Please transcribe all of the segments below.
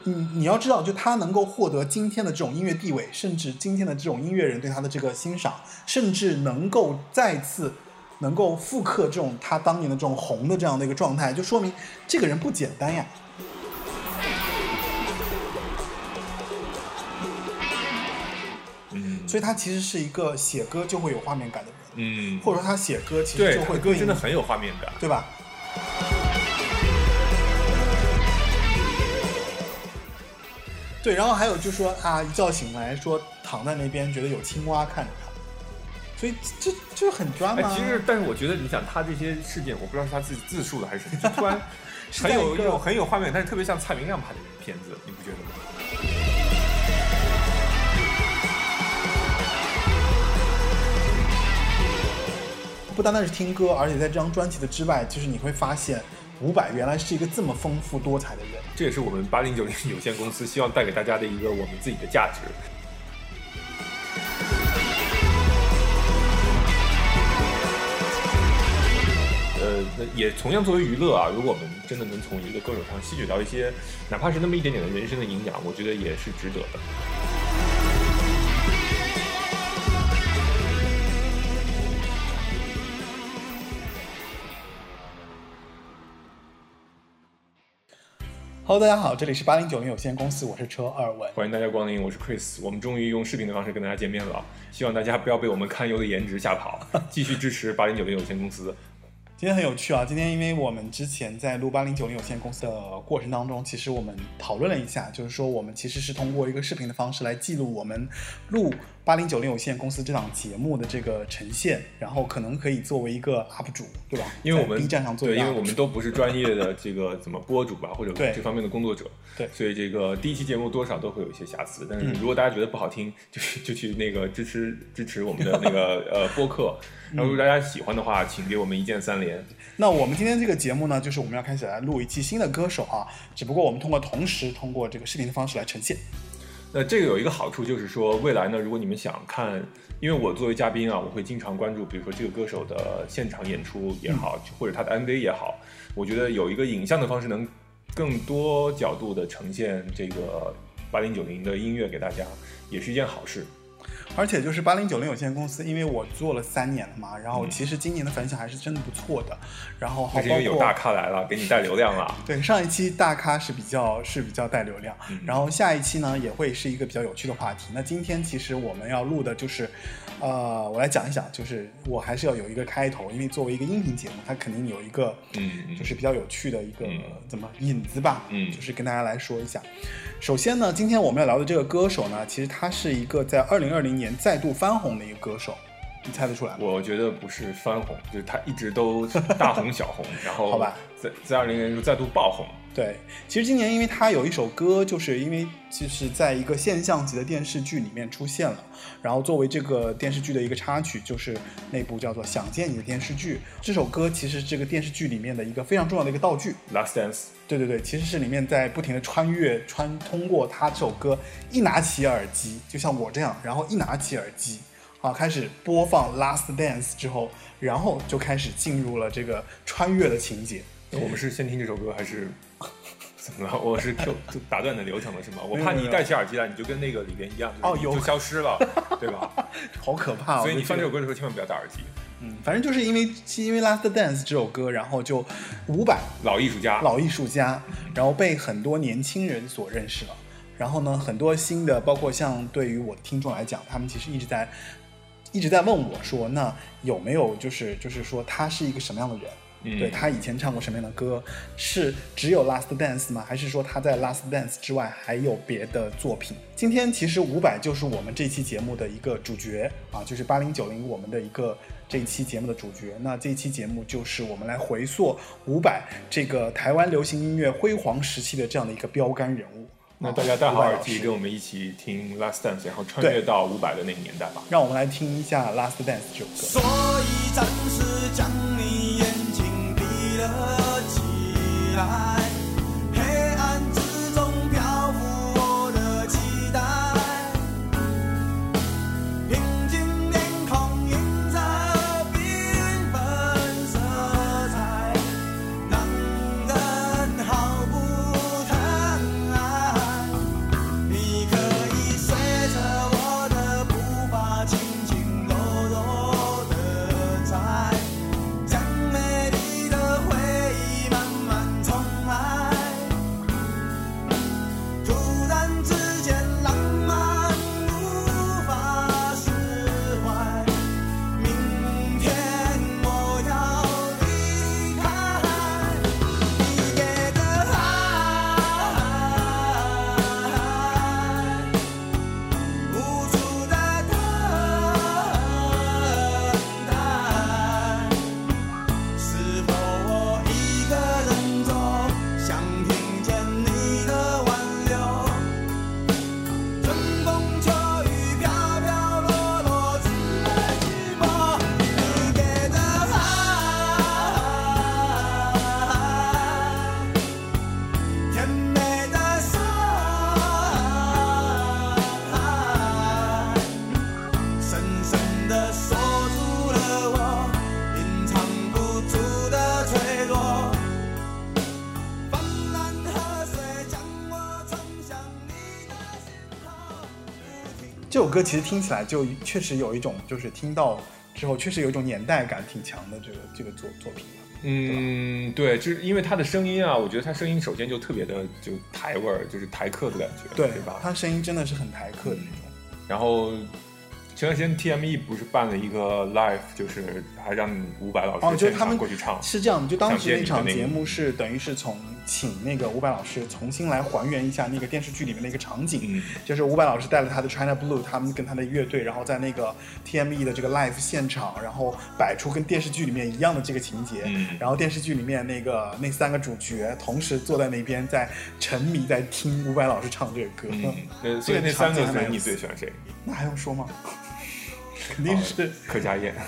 你要知道，就他能够获得今天的这种音乐地位，甚至今天的这种音乐人对他的这个欣赏，甚至能够再次能够复刻这种他当年的这种红的这样的一个状态，就说明这个人不简单呀。所以他其实是一个写歌就会有画面感的人，或者说他写歌其实就会歌真的很有画面感， 对吧？对，然后还有就是说啊，一觉醒来说躺在那边觉得有青蛙看着他，所以这就是很抓嘛。 其实，但是我觉得你想他这些事件，我不知道是他自己自述的还是就突然很有画面，但是特别像蔡明亮拍的片子，你不觉得吗？ 不单单是听歌，而且在这张专辑的之外，就是你会发现伍佰原来是一个这么丰富多彩的人。 这也是我们8090有限公司希望带给大家的一个我们自己的价值。也同样作为娱乐啊，如果我们真的能从一个歌手上吸取到一些哪怕是那么一点点的人生的营养，我觉得也是值得的。 Hello， 大家好，这里是8090有限公司，我是车二文， 欢迎大家光临，我是 Chris。我们终于用视频的方式跟大家见面了，希望大家不要被我们堪忧的颜值吓跑，继续支持8090有限公司。 今天很有趣啊！今天因为我们之前在录8090有限公司的过程当中，其实我们讨论了一下，就是说我们其实是通过一个视频的方式来记录我们录8090有限公司这档节目的这个呈现，然后可能可以作为一个 UP 主，对吧？ 因为我们在 B 站上做， 对，因为我们都不是专业的这个怎么播主吧，或者这方面的工作者， 对， 所以这个第一期节目多少都会有一些瑕疵。但是如果大家觉得不好听，就去那个支持我们的那个播客。然后如果大家喜欢的话，请给我们一键3连。 那我们今天这个节目呢，就是我们要开始来录一期新的歌手啊，只不过我们同时通过这个视频的方式来呈现。 那这个有一个好处，就是说未来呢，如果你们想看，因为我作为嘉宾啊，我会经常关注，比如说这个歌手的现场演出也好，或者他的 MV 也好，我觉得有一个影像的方式能更多角度的呈现这个8090的音乐给大家，也是一件好事。 而且就是8090有限公司，因为我做了3年了嘛，然后其实今年的反响还是真的不错的。然后是因为有大咖来了，给你带流量了。 对，上一期大咖是比较带流量，然后下一期呢也会是一个比较有趣的话题。那今天其实我们要录的就是，我来讲一讲，就是我还是要有一个开头，因为作为一个音频节目，它肯定有一个，就是比较有趣的一个怎么引子吧，就是跟大家来说一下。首先呢，今天我们要聊的这个歌手呢，其实他是一个在2020年再度翻红的一个歌手，你猜得出来吗？ 我觉得不是翻红，就是他一直都大红小红，然后好吧， 在2020年就再度爆红。 对，其实今年因为他有一首歌，就是因为就是在一个现象级的电视剧里面出现了，然后作为这个电视剧的一个插曲，就是那部叫做《想见你》的电视剧。这首歌其实这个电视剧里面的一个非常重要的一个道具 Last Dance。 对，其实是里面在不停的通过他这首歌，一拿起耳机就像我这样，然后一拿起耳机开始播放 Last Dance 之后，然后就开始进入了这个穿越的情节。 我们是先听这首歌还是怎么了？我是就打断你的流程了是吗？我怕你戴起耳机来，你就跟那个里边一样，就消失了，对吧？ 好可怕！ 所以你放这首歌的时候千万不要戴耳机。 反正就是因为 Last Dance 这首歌，然后就伍佰老艺术家， 然后被很多年轻人所认识了。然后呢，很多新的，包括像对于我的听众来讲，他们其实一直在问我说，那有没有就是说他是一个什么样的人？对，他以前唱过什么样的歌？是只有 Last Dance 吗？还是说他在 Last Dance 之外还有别的作品？今天其实伍佰就是我们这期节目的一个主角啊，就是8090我们的一个这一期节目的主角。那这一期节目就是我们来回溯伍佰这个台湾流行音乐辉煌时期的这样的一个标杆人物。 那大家戴好耳机，跟我们一起听 Last Dance， 然后穿越到伍佰的那个年代吧。 让我们来听一下 Last Dance 这首歌。 所以暂时将你眼睛闭了起来，黑暗之中漂浮我的期待，平静天空映着缤纷色彩，让人毫不疼爱。 这首歌其实听起来就确实有一种，就是听到之后确实有一种年代感挺强的这个作品。 对，就是因为他的声音啊，我觉得他声音首先就特别的就台味儿，就是台客的感觉，对吧？ 他声音真的是很台客的那种。 然后前段时间 TME 不是办了一个 live， 就是还让伍佰老师现场过去唱， 是这样的，就当时那场节目是等于是请那个伍佰老师重新来还原一下那个电视剧里面的一个场景，就是伍佰老师带了他的 China Blue， 他们跟他的乐队，然后在那个 TME 的这个 live 现场，然后摆出跟电视剧里面一样的这个情节，然后电视剧里面那三个主角同时坐在那边在沉迷在听伍佰老师唱这个歌。 所以那三个人你最喜欢谁？ 那还用说吗？肯定是柯佳燕。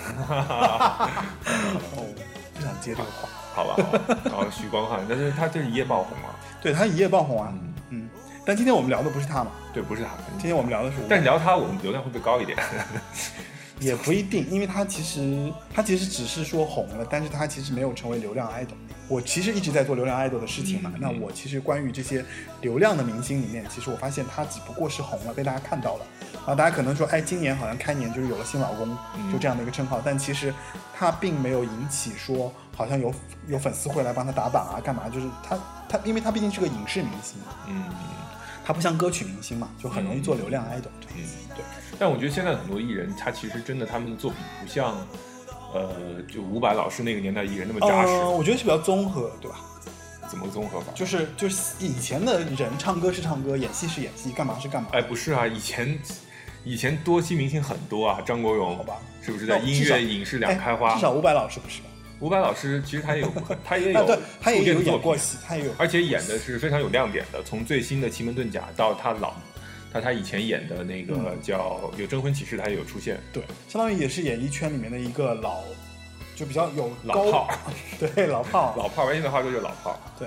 不想接这个话。 好吧，然后许光汉，但是他这是一夜爆红啊。 对，他一夜爆红啊。但今天我们聊的不是他嘛？ 对，不是他。 今天我们聊的是， 但聊他，我们流量会不会高一点？ 也不一定，因为他其实只是说红了，但是他其实没有成为流量 idol。我其实一直在做流量 idol 的事情嘛，那我其实关于这些流量的明星里面，其实我发现他只不过是红了，被大家看到了。然后大家可能说，哎，今年好像开年就是有了新老公，就这样的一个称号，但其实他并没有引起说好像有粉丝会来帮他打榜啊，干嘛？就是他，因为他毕竟是个影视明星，他不像歌曲明星嘛，就很容易做流量 idol 这样子。对。 但我觉得现在很多艺人，他其实真的他们的作品不像，就伍佰老师那个年代艺人那么扎实。 我觉得是比较综合，对吧？ 怎么个综合法？ 就是以前的人唱歌是唱歌，演戏是演戏，干嘛是干嘛。 哎，不是啊，以前多栖明星很多啊，张国荣， 好吧， 是不是在音乐影视两开花？ 至少伍佰老师不是吧？ 伍佰老师其实他也有他也有演过戏，他也有， 而且演的是非常有亮点的。从最新的《奇门遁甲》到他以前演的那个叫有征婚启事，他也有出现。 对，相当于也是演艺圈里面的一个就比较有老炮， 对，老炮， 完全的话说就是老炮。 对。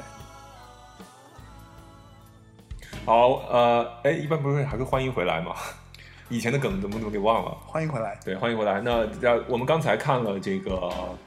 好，一般不是还是欢迎回来吗？以前的梗怎么给忘了？ 欢迎回来。 对，欢迎回来。那我们刚才看了这个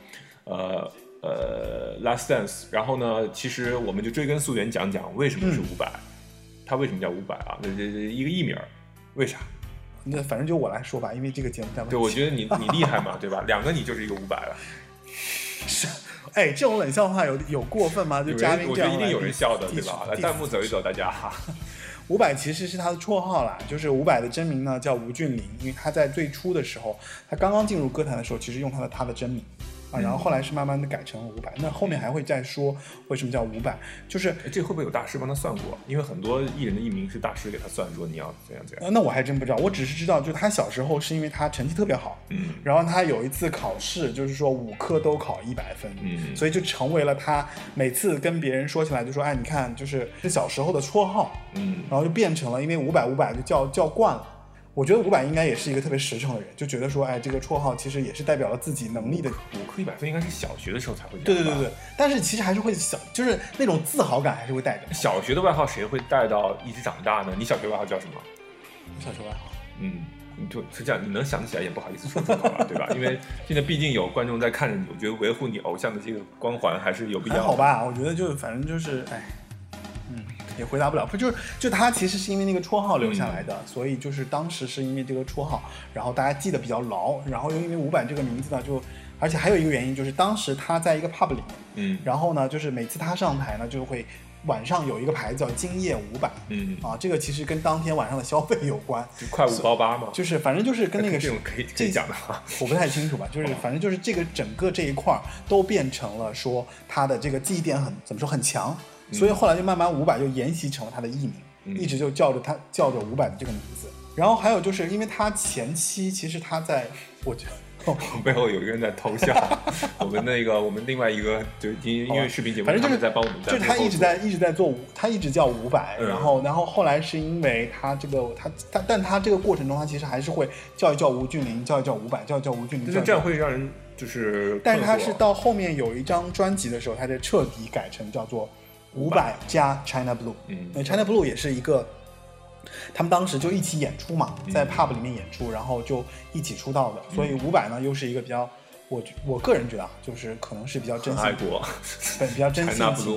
Last Dance， 然后呢，其实我们就追根溯源讲讲为什么是伍佰，他为什么叫伍佰啊？这一个艺名，为啥？ 那反正就我来说吧，因为这个节目在对，我觉得你厉害嘛，对吧？两个你就是一个伍佰了。 是，哎，这种冷笑话有过分吗？就嘉宾我觉得一定有人笑的，对吧？来弹幕走一走，大家。 伍佰其实是他的绰号啦，就是伍佰的真名呢叫吴俊霖，因为他在最初的时候，他刚刚进入歌坛的时候，其实用他的真名啊，然后后来是慢慢的改成了伍佰。那后面还会再说为什么叫伍佰，就是这会不会有大师帮他算过？因为很多艺人的艺名是大师给他算，说你要怎样。 那我还真不知道，我只是知道，就是他小时候是因为他成绩特别好，然后他有一次考试，就是说5科都考100分，所以就成为了他每次跟别人说起来就说，哎，你看，就是小时候的绰号，然后就变成了，因为伍佰就叫惯了。我觉得伍佰应该也是一个特别实诚的人，就觉得说，哎，这个绰号其实也是代表了自己能力的。 5科100分应该是小学的时候才会这样。 对，但是其实还是会就是那种自豪感还是会带着。 小学的外号谁会带到一直长大呢？你小学外号叫什么？ 小学外号， 就是这样，你能想得起来也不好意思说出口了，对吧？因为现在毕竟有观众在看着你，我觉得维护你偶像的这个光环还是有必要的。 还好吧，我觉得就反正就是，哎。也回答不了，就他其实是因为那个绰号留下来的，所以就是当时是因为这个绰号，然后大家记得比较牢，然后又因为伍佰这个名字呢，而且还有一个原因就是当时他在一个 pub 里面，然后呢，就是每次他上台呢，就会晚上有一个牌子叫今夜500，这个其实跟当天晚上的消费有关， 就快5包8嘛， 就是反正就是跟那个这种可以讲的话， 我不太清楚吧，就是反正就是这个整个这一块都变成了说他的这个记忆点很强。所以后来就慢慢伍佰就沿袭成了他的艺名，一直就叫着伍佰的这个名字。然后还有就是因为他前期其实他在我觉得背后有一个人在偷笑，我们另外一个就因为视频节目， 反正就是在帮我们就是他一直在做他一直叫伍佰，然后后来是因为他但他这个过程中他其实还是会叫一叫吴俊霖，叫一叫伍佰，叫一叫吴俊霖， 就是这样会让人就是但是他是到后面有一张专辑的时候，他就彻底改成叫做伍佰加 China Blue，China Blue 也是一个，他们当时就一起演出嘛，在 pub 里面演出，然后就一起出道的，所以伍佰呢又是一个比较，我个人觉得啊，就是可能是比较真心爱国， 对，比较真心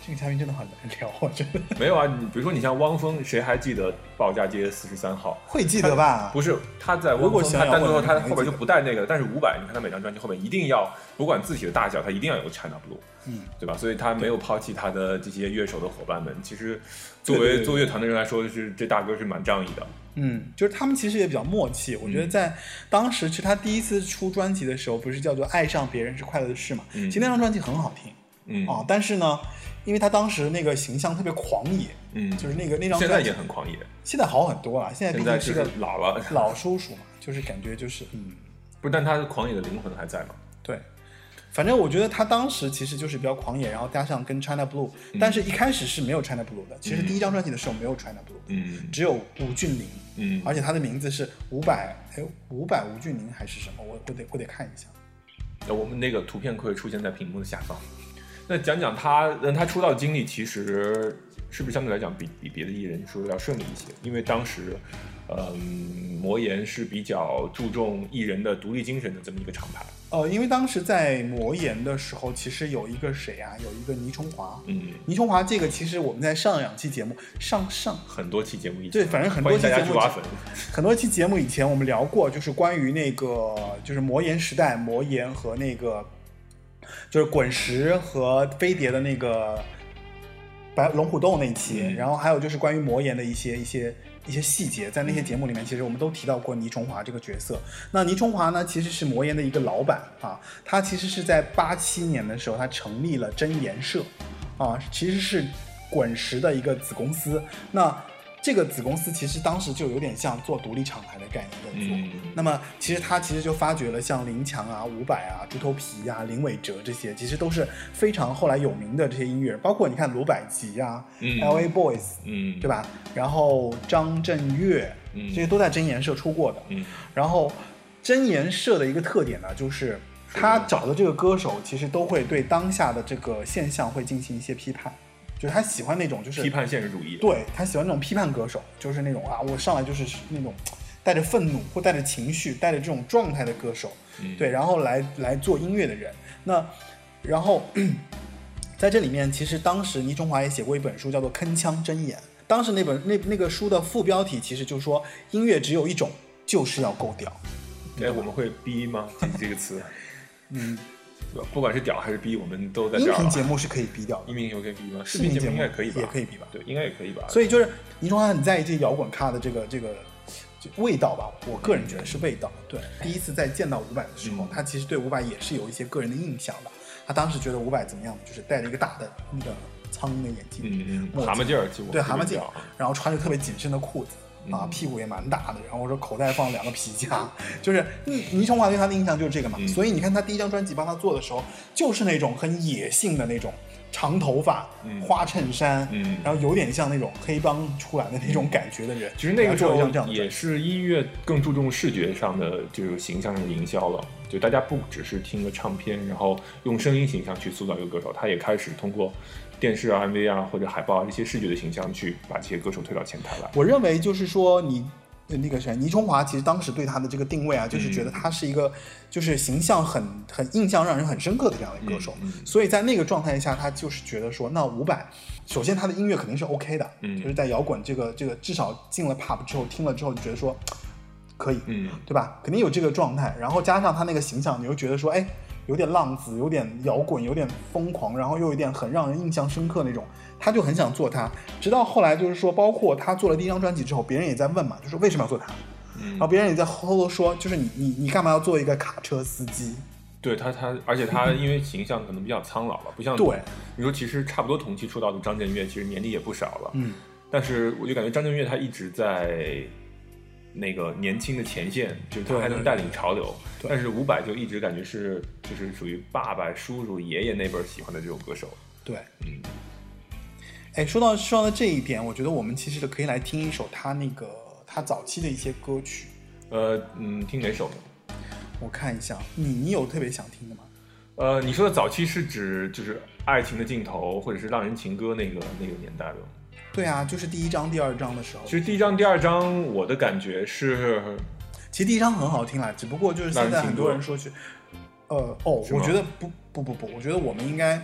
这个嘉宾真的很难聊，我觉得。 没有啊，你比如说你像汪峰，谁还记得报价街43号？ 会记得吧？ 不是，他在汪峰他单独说他后边就不带那个，但是伍佰，你看他每张专辑后面一定要，不管字体的大小，他一定要有 China Blue，对吧？所以他没有抛弃他的这些乐手的伙伴们。其实作为做乐团的人来说，就是这大哥是蛮仗义的。 就是他们其实也比较默契。我觉得在当时，其实他第一次出专辑的时候，不是叫做《爱上别人是快乐的事》嘛？其实那张专辑很好听。但是呢，因为他当时那个形象特别狂野，就是那张专辑现在也很狂野， 现在好很多了。现在毕竟是个老叔叔嘛，就是感觉就是不是，但他狂野的灵魂还在嘛？ 对，反正我觉得他当时其实就是比较狂野，然后加上跟 China Blue，但是一开始是没有 China Blue 的。其实第一张专辑的时候没有 China Blue，只有吴俊霖，而且他的名字是伍佰吴俊霖还是什么？我得看一下。 我们那个图片会出现在屏幕的下方。那讲讲他出道经历，其实是不是相对来讲比别的艺人说要顺利一些？因为当时，魔岩是比较注重艺人的独立精神的这么一个厂牌。 因为当时在魔岩的时候，其实有一个谁啊？有一个倪崇华。倪崇华这个其实我们在上两期节目很多期节目以前， 对，反正很多期节目很多期节目以前我们聊过，就是关于那个就是魔岩时代，魔岩和那个就是滚石和飞碟的那个龙虎斗那一期，然后还有就是关于魔岩的一些细节，在那些节目里面，其实我们都提到过倪崇华这个角色。那倪崇华呢，其实是魔岩的一个老板啊，他其实是在87年的时候，他成立了真言社啊，其实是滚石的一个子公司。那这个子公司其实当时就有点像做独立厂牌的概念在做。那么其实他就发掘了像林强啊、伍佰啊、猪头皮啊、林伟哲这些，其实都是非常后来有名的这些音乐人，包括你看罗百吉啊、LA Boys，对吧？然后张震岳，这些都在真言社出过的。然后真言社的一个特点呢，就是他找的这个歌手其实都会对当下的这个现象会进行一些批判。就是他喜欢那种就是批判现实主义， 对，他喜欢那种批判歌手，就是那种我上来就是那种带着愤怒或带着情绪带着这种状态的歌手，对，然后来做音乐的人。那然后在这里面，其实当时倪崇华也写过一本书叫做《铿锵真言》，当时那个书的副标题其实就是说音乐只有一种，就是要够屌。 我们会逼吗？这个词不管是屌还是逼，我们都在这儿。 音频节目是可以逼掉的， 音频节目可以逼吗？视频节目应该可以吧？ 也可以逼吧？ 对，应该也可以吧。 所以就是倪崇华很在意这摇滚咖的这个味道吧，我个人觉得是味道。对，第一次在见到伍佰的时候，他其实对伍佰也是有一些个人的印象的。他当时觉得伍佰怎么样，就是戴着一个大的那个苍蝇的眼镜， 蛤蟆镜儿， 对，蛤蟆镜，然后穿着特别紧身的裤子。屁股也蛮大的，然后我说口袋放2个皮夹，就是倪崇华对他的印象就是这个嘛。所以你看他第一张专辑帮他做的时候，就是那种很野性的那种长头发、花衬衫，然后有点像那种黑帮出来的那种感觉的人。 其实那个时候也是音乐更注重视觉上的这个形象上的营销了，就大家不只是听个唱片，然后用声音形象去塑造一个歌手，他也开始通过电视啊、MV 啊或者海报啊这些视觉的形象去把这些歌手推到前台来。 我认为就是说你那个谁，倪崇华其实当时对他的这个定位啊，就是觉得他是一个就是形象很印象让人很深刻的这样的歌手，所以在那个状态下，他就是觉得说，那伍佰首先他的音乐肯定是 OK 的，就是在摇滚这个至少进了 pub 之后，听了之后就觉得说可以，对吧？肯定有这个状态，然后加上他那个形象，你又觉得说，哎，有点浪子，有点摇滚，有点疯狂，然后又有点很让人印象深刻那种，他就很想做他。直到后来就是说，包括他做了第一张专辑之后，别人也在问嘛，就是为什么要做他？然后别人也在偷偷说，就是你干嘛要做一个卡车司机？ 对他，而且他因为形象可能比较苍老了，不像对你说，其实差不多同期出道的张震岳，其实年龄也不少了，但是我就感觉张震岳他一直在那个年轻的前线，就是他还能带领潮流，但是伍佰就一直感觉就是属于爸爸、叔叔、爷爷那辈喜欢的这种歌手。 对，哎，说到这一点，我觉得我们其实可以来听一首他早期的一些歌曲。 听哪首呢？ 我看一下，你有特别想听的吗？ 你说的早期是指就是爱情的尽头，或者是浪人情歌那个年代的？ 对啊，就是第一章、第二章的时候。 其实第一章、第二章，我的感觉是， 其实第一章很好听啦，只不过就是现在很多人说去，我觉得不，我觉得我们应该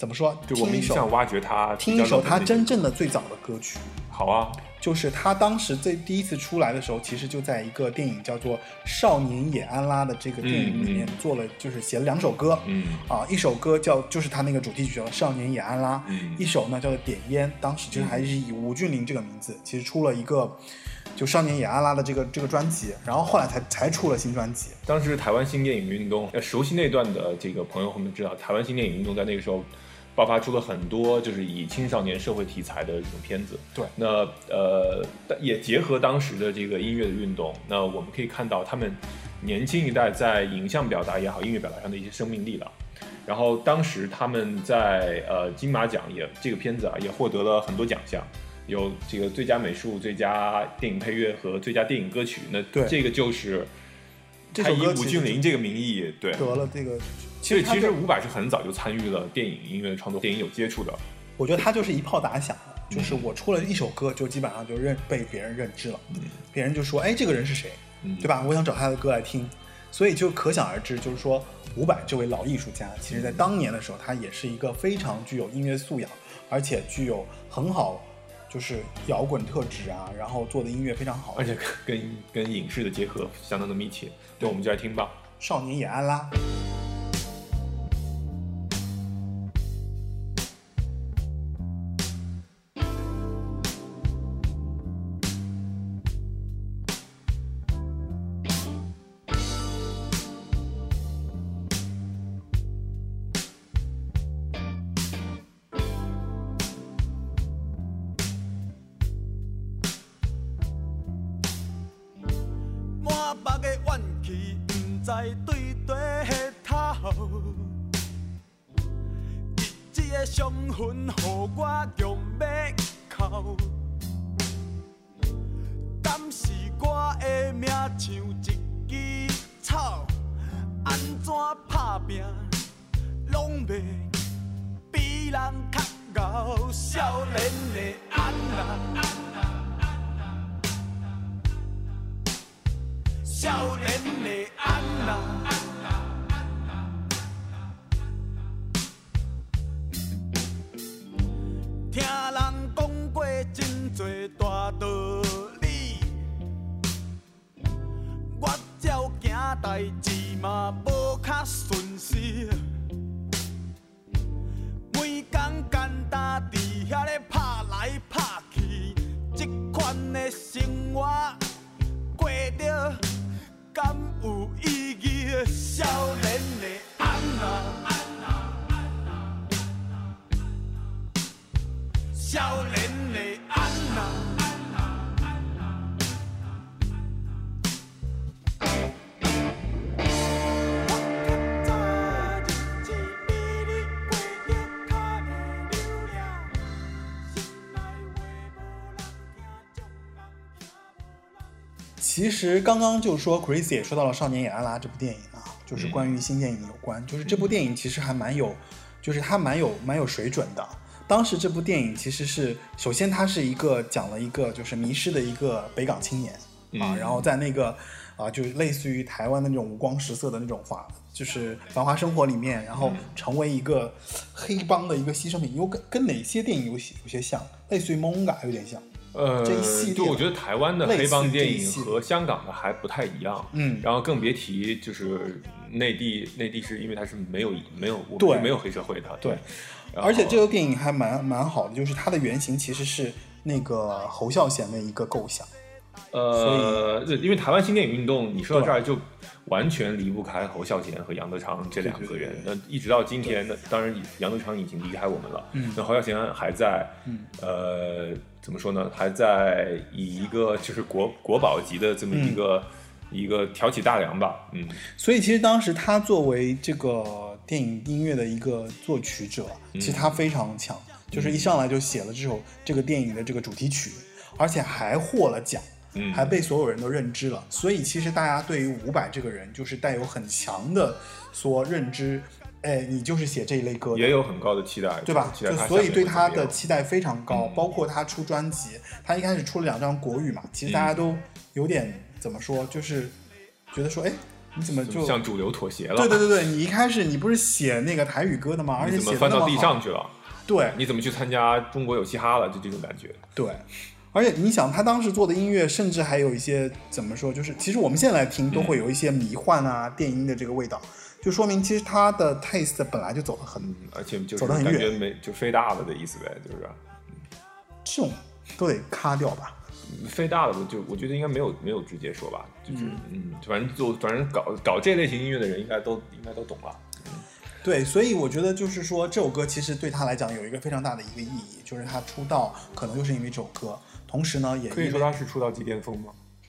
怎么说？ 就我们想挖掘他， 听一首他真正的最早的歌曲。 好啊， 就是他当时第一次出来的时候，其实就在一个电影叫做《少年野安拉》的这个电影里面做了，就是写了2首歌。一首歌就是他那个主题曲叫《少年野安拉》，一首呢叫做《点烟》。当时其实还是以吴俊霖这个名字，其实出了一个就《少年野安拉》的这个专辑，然后后来才出了新专辑。 当时台湾新电影运动，熟悉那段的这个朋友们知道，台湾新电影运动在那个时候爆发出了很多就是以青少年社会题材的这种片子。 对， 那也结合当时的这个音乐的运动，那我们可以看到他们年轻一代在影像表达也好，音乐表达上的一些生命力了。然后当时他们在金马奖这个片子也获得了很多奖项，有这个最佳美术、最佳电影配乐和最佳电影歌曲。那这个就是他以吴俊霖这个名义对得了这个。 其实伍佰是很早就参与了电影音乐的创作，电影有接触的。 我觉得他就是一炮打响的，就是我出了一首歌，就基本上就被别人认知了，别人就说，哎，这个人是谁，对吧？我想找他的歌来听，所以就可想而知，就是说伍佰这位老艺术家，其实在当年的时候，他也是一个非常具有音乐素养，而且具有很好就是摇滚特质然后做的音乐非常好， 而且跟影视的结合相当的密切。对，我们就来听吧， 《少年野安拉》。 伤痕，予我强要哭。敢是我的命像一枝草，安怎打拼，拢袂比人较敖。少年的安娜，少年的安娜。听人讲过真多大道理，我照行代志嘛无较顺时，每天简单伫遐咧拍来拍去，这款的生活过着敢有意义？少年的安娜。少年的安娜，我较早日子比你过得较袂流亮，心内话无人听，众人听无人。 其实刚刚就说 Chris 也说到了《少年野安拉》这部电影就是关于新电影有关，就是这部电影其实还蛮有，就是它蛮有水准的。当时这部电影其实是，首先它是一个讲了一个就是迷失的一个北港青年然后在那个就是类似于台湾的那种五光十色的那种就是繁华生活里面，然后成为一个黑帮的一个牺牲品，跟哪些电影有些像，类似于 Monga 有点像。这一系列就我觉得台湾的黑帮电影和香港的还不太一样，然后更别提就是内地是因为它是没有黑社会的， 对。而且这个电影还蛮好的，就是它的原型其实是那个侯孝贤的一个构想。 因为台湾新电影运动，你说到这儿就完全离不开侯孝贤和杨德昌这两个人。那一直到今天，那当然杨德昌已经离开我们了，那侯孝贤还在，怎么说呢？还在以一个就是国宝级的这么一个挑起大梁吧， 所以其实当时他作为这个电影音乐的一个作曲者，其实他非常强，就是一上来就写了这个电影的这个主题曲，而且还获了奖，还被所有人都认知了。所以其实大家对于伍佰这个人就是带有很强的说认知，你就是写这一类歌的， 也有很高的期待， 对吧？就所以对他的期待非常高，包括他出专辑，他一开始出了2张国语嘛，其实大家都有点怎么说，就是觉得说， 你怎么就向主流妥协了？ 对对对对，你一开始你不是写那个台语歌的吗？而且写得那么好， 你怎么翻到地上去了？ 对， 你怎么去参加中国有嘻哈了？就这种感觉。 对，而且你想，他当时做的音乐，甚至还有一些怎么说，就是其实我们现在来听，都会有一些迷幻啊、电音的这个味道，就说明其实他的 taste 本来就走得很， 而且就是走得很远， 感觉没就飞大了的意思呗，就是。 这种都得咔掉吧。 飞大了就我觉得应该没有直接说吧，就是反正搞这类型音乐的人应该都懂了。 对，所以我觉得就是说这首歌其实对他来讲有一个非常大的一个意义，就是他出道可能就是因为这首歌，同时呢也可以说他是出道即巅峰吗？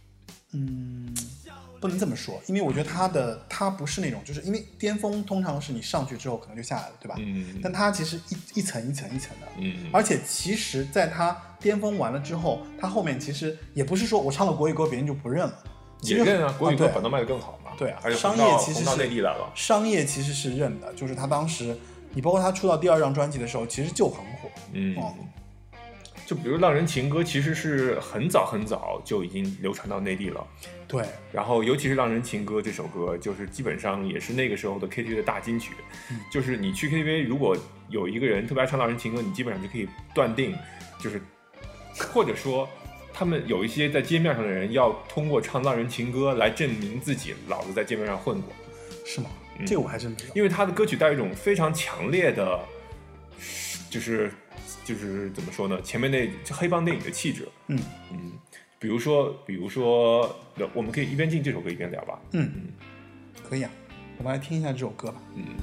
不能这么说，因为我觉得他不是那种，就是因为巅峰通常是你上去之后可能就下来了，对吧？但他其实一层一层一层的，而且其实在他巅峰完了之后，他后面其实也不是说我唱了国语歌别人就不认了， 也认啊，国语歌反倒卖得更好嘛。 对啊， 而且商业其实红到内地来了， 商业其实是认的，就是他当时，你包括他出到第2张专辑的时候，其实就很火， 就比如《浪人情歌》，其实是很早很早就已经流传到内地了。 对， 然后尤其是《浪人情歌》这首歌，就是基本上也是那个时候的 KTV 的大金曲。就是你去 KTV， 如果有一个人特别爱唱《浪人情歌》，你基本上就可以断定，就是或者说他们有一些在街面上的人要通过唱《浪人情歌》来证明自己老子在街面上混过。 是吗？这个我还真不知道。 因为他的歌曲带有一种非常强烈的，就是怎么说呢？前面那黑帮电影的气质。比如说，我们可以一边进这首歌一边聊吧。 可以啊，我们来听一下这首歌吧。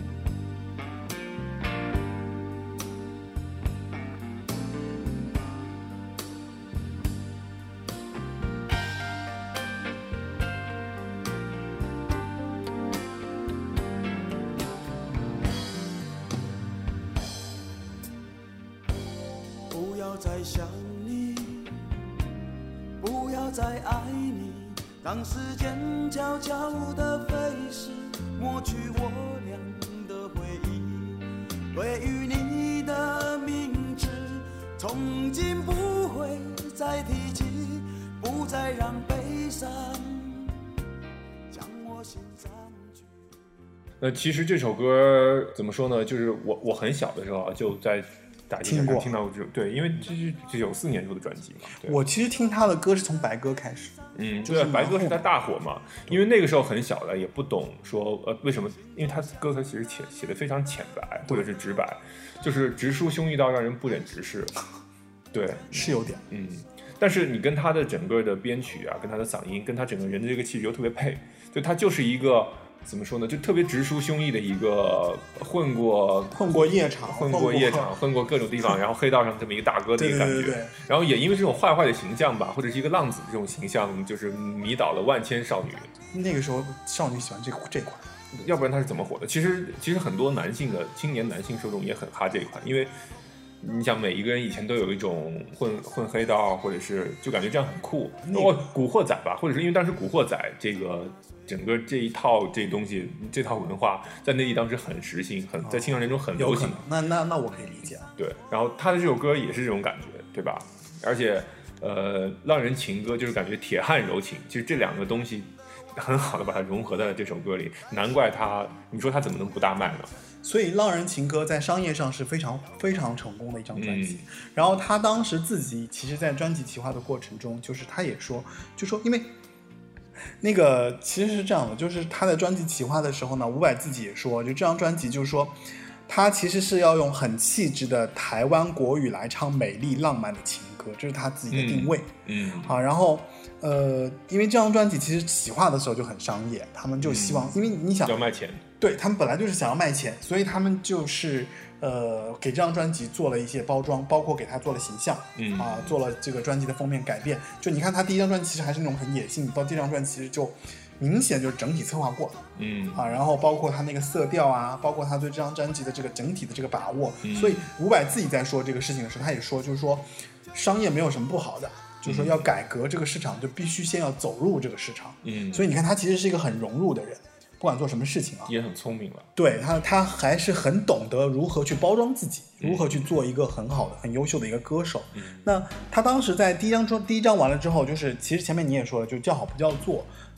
不要再想你，不要再爱你，让时间悄悄地飞逝，抹去我俩的回忆。对于你的名字，从今不会再提起，不再让悲伤将我心占据。 其实这首歌怎么说呢？就是我很小的时候就在打击上听到过对，因为这是94年出的专辑嘛。 我其实听他的歌是从白鸽开始。 对，白鸽是他大火嘛，因为那个时候很小的，也不懂说为什么，因为他歌词其实写的非常浅白或者是直白，就是直抒胸臆到让人不忍直视。对， 是有点。 但是你跟他的整个的编曲啊，跟他的嗓音，跟他整个人的这个气质又特别配，就他就是一个。怎么说呢？就特别直抒胸臆的一个混过夜场、 混过各种地方，然后黑道上这么一个大哥的一个感觉。 对。 然后也因为这种坏的形象吧，或者是一个浪子的这种形象，就是迷倒了万千少女。 那个时候少女喜欢这款， 要不然他是怎么火的？其实很多青年男性受众也很哈这一款，因为你想每一个人以前都有一种混黑道，或者是就感觉这样很酷。古惑仔吧，或者是因为当时古惑仔这个。整个这一套东西，这套文化在内地当时很时兴，在青少年中很流行。 那我可以理解。 对，然后他的这首歌也是这种感觉，对吧？而且，浪人情歌就是感觉铁汉柔情，其实这两个东西很好的把它融合在了这首歌里，难怪你说他怎么能不大卖呢？ 所以《浪人情歌》在商业上是非常非常成功的一张专辑。然后他当时自己其实，在专辑企划的过程中，就是他也说，因为。那个其实是这样的，就是他在专辑企划的时候呢，伍佰自己也说，就这张专辑就是说，他其实是要用很气质的台湾国语来唱美丽浪漫的情歌，这是他自己的定位。然后因为这张专辑其实企划的时候就很商业，他们就希望，因为你想要卖钱， 对他们本来就是想要卖钱，所以他们就是给这张专辑做了一些包装，包括给他做了形象，做了这个专辑的封面改变。就你看他第一张专辑其实还是那种很野性，到这张专辑其实就明显就是整体策划过了，然后包括他那个色调啊，包括他对这张专辑的这个整体的这个把握。所以伍佰自己在说这个事情的时候，他也说，就是说商业没有什么不好的，就是说要改革这个市场，就必须先要走入这个市场。所以你看他其实是一个很融入的人。不管做什么事情啊， 也很聪明了。 对他还是很懂得如何去包装自己，如何去做一个很好的、很优秀的一个歌手。那他当时在第一张完了之后，就是其实前面你也说了，就叫好不叫座。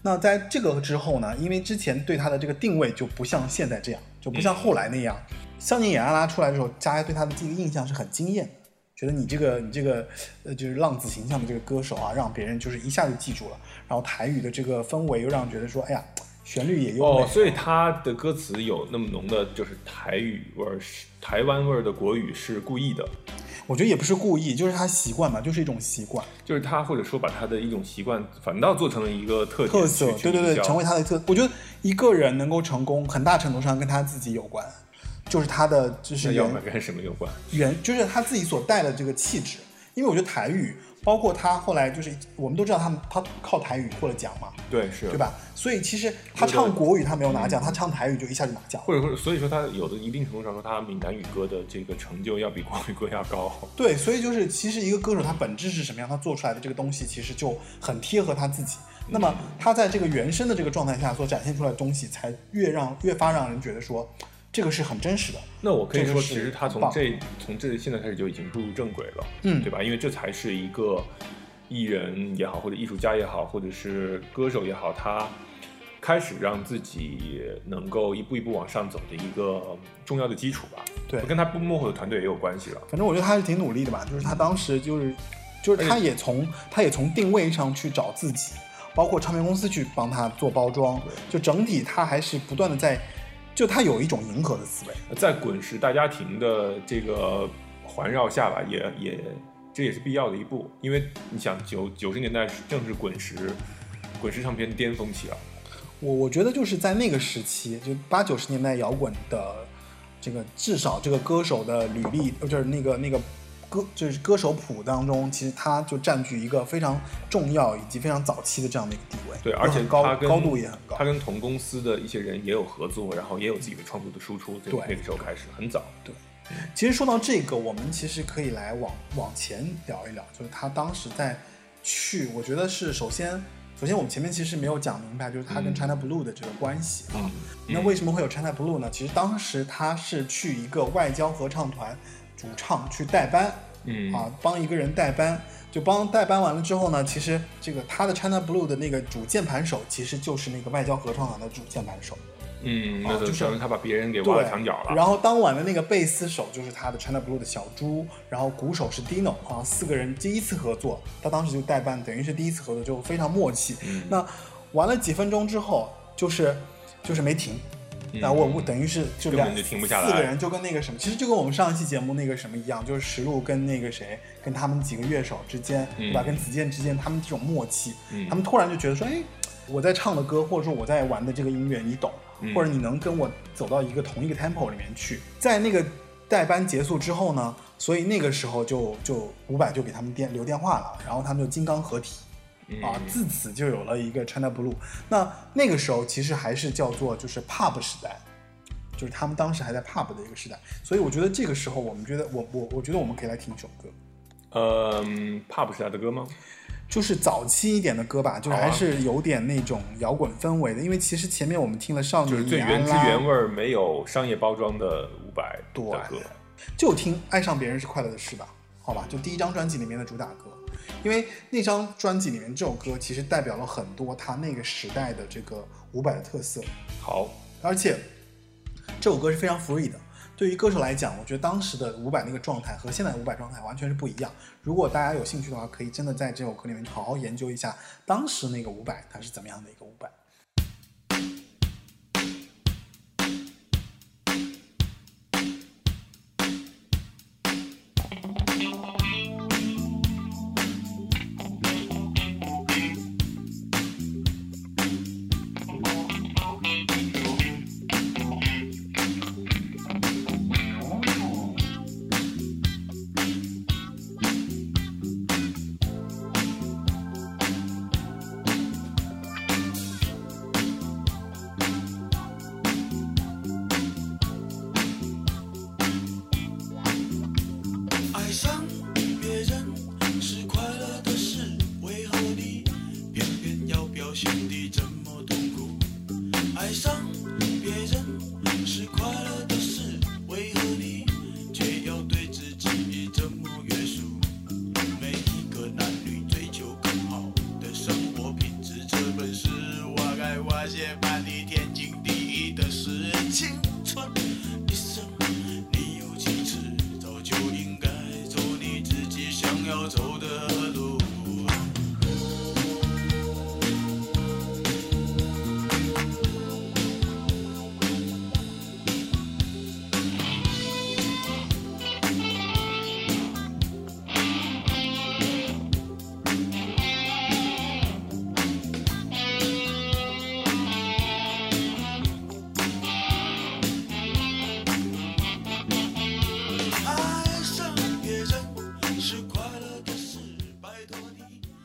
那在这个之后呢，因为之前对他的这个定位就不像现在这样，就不像后来那样。香妮眼阿拉出来的时候，大家对他的这个印象是很惊艳的，觉得你这个就是浪子形象的这个歌手啊，让别人就是一下就记住了。然后台语的这个氛围又让人觉得说，哎呀，旋律也优美。 所以他的歌词有那么浓的就是台语味儿，台湾味儿的国语是故意的。 我觉得也不是故意，就是他习惯嘛，就是一种习惯， 就是他或者说把他的一种习惯反倒做成了一个特色，对，成为他的特。我觉得一个人能够成功，很大程度上跟他自己有关，就是他的就是要跟什么有关？ 就是他自己所带的这个气质。因为我觉得台语，包括他后来就是我们都知道他靠台语获了奖嘛， 对，是， 对吧？所以其实他唱国语他没有拿奖，他唱台语就一下就拿奖， 或者所以说他有的一定程度上说他闽南语歌的这个成就要比国语歌要高。 对，所以就是其实一个歌手他本质是什么样，他做出来的这个东西其实就很贴合他自己。那么他在这个原生的这个状态下所展现出来的东西，才越发让人觉得说，这个是很真实的。 那我可以说，其实他从这现在开始就已经步入正轨了，对吧？因为这才是一个艺人也好，或者艺术家也好，或者是歌手也好，他开始让自己能够一步一步往上走的一个重要的基础吧。 对， 跟他幕后的团队也有关系了。 反正我觉得他是挺努力的吧，就是他当时就是他也从定位上去找自己，包括唱片公司去帮他做包装，就整体他还是不断的在。就他有一种迎合的思维，在滚石大家庭的这个环绕下吧，这也是必要的一步，因为你想90年代正是滚石唱片巅峰期啊。 我觉得就是在那个时期，就80、90年代摇滚的这个至少这个歌手的履历，就是那个就是歌手谱当中，其实他就占据一个非常重要以及非常早期的这样的一个地位。 对，而且高度也很高。 他跟同公司的一些人也有合作，然后也有自己的创作的输出。对，那个时候开始很早。 对，其实说到这个，我们其实可以来往前聊一聊，就是他当时我觉得是首先我们前面其实没有讲明白，就是他跟 China Blue 的这个关系啊。那为什么会有 China Blue 呢？其实当时他是去一个外交合唱团主唱去代班，帮一个人代班，就代班完了之后呢，其实这个他的 China Blue 的那个主键盘手，其实就是那个外交合唱团的主键盘手。 那就是他把别人给挖了墙角了。 然后当晚的那个贝斯手就是他的 China Blue 的小猪，然后鼓手是 Dino 4个人第一次合作，他当时就代班，等于是第一次合作就非常默契。那玩了几分钟之后，就是没停。那我等于是就停不下来，4 个人就跟那个什么，其实就跟我们上一期节目那个什么一样，就是石路跟那个谁，跟他们几个乐手之间，对吧？跟子健之间，他们这种默契，他们突然就觉得说，哎，我在唱的歌，或者说我在玩的这个音乐，你懂，或者你能跟我走到同一个 tempo 里面去。在那个代班结束之后呢，所以那个时候就伍佰就给他们留电话了，然后他们就金刚合体。自此就有了一个 China Blue。那个时候其实还是叫做就是 pub 时代，就是他们当时还在 pub 的一个时代，所以我觉得这个时候我觉得我们可以来听一首歌。 pub 时代的歌吗？ 就是早期一点的歌吧，就是还是有点那种摇滚氛围的，因为其实前面我们听了少年， 就是最原汁原味没有商业包装的伍佰的歌， 就听爱上别人是快乐的事吧，好吧，就第一张专辑里面的主打歌。因为那张专辑里面这首歌其实代表了很多他那个时代的这个伍佰的特色。 好， 而且这首歌是非常 free 的。对于歌手来讲，我觉得当时的伍佰那个状态和现在的伍佰状态完全是不一样。如果大家有兴趣的话，可以真的在这首歌里面好好研究一下当时那个伍佰他是怎么样的一个伍佰。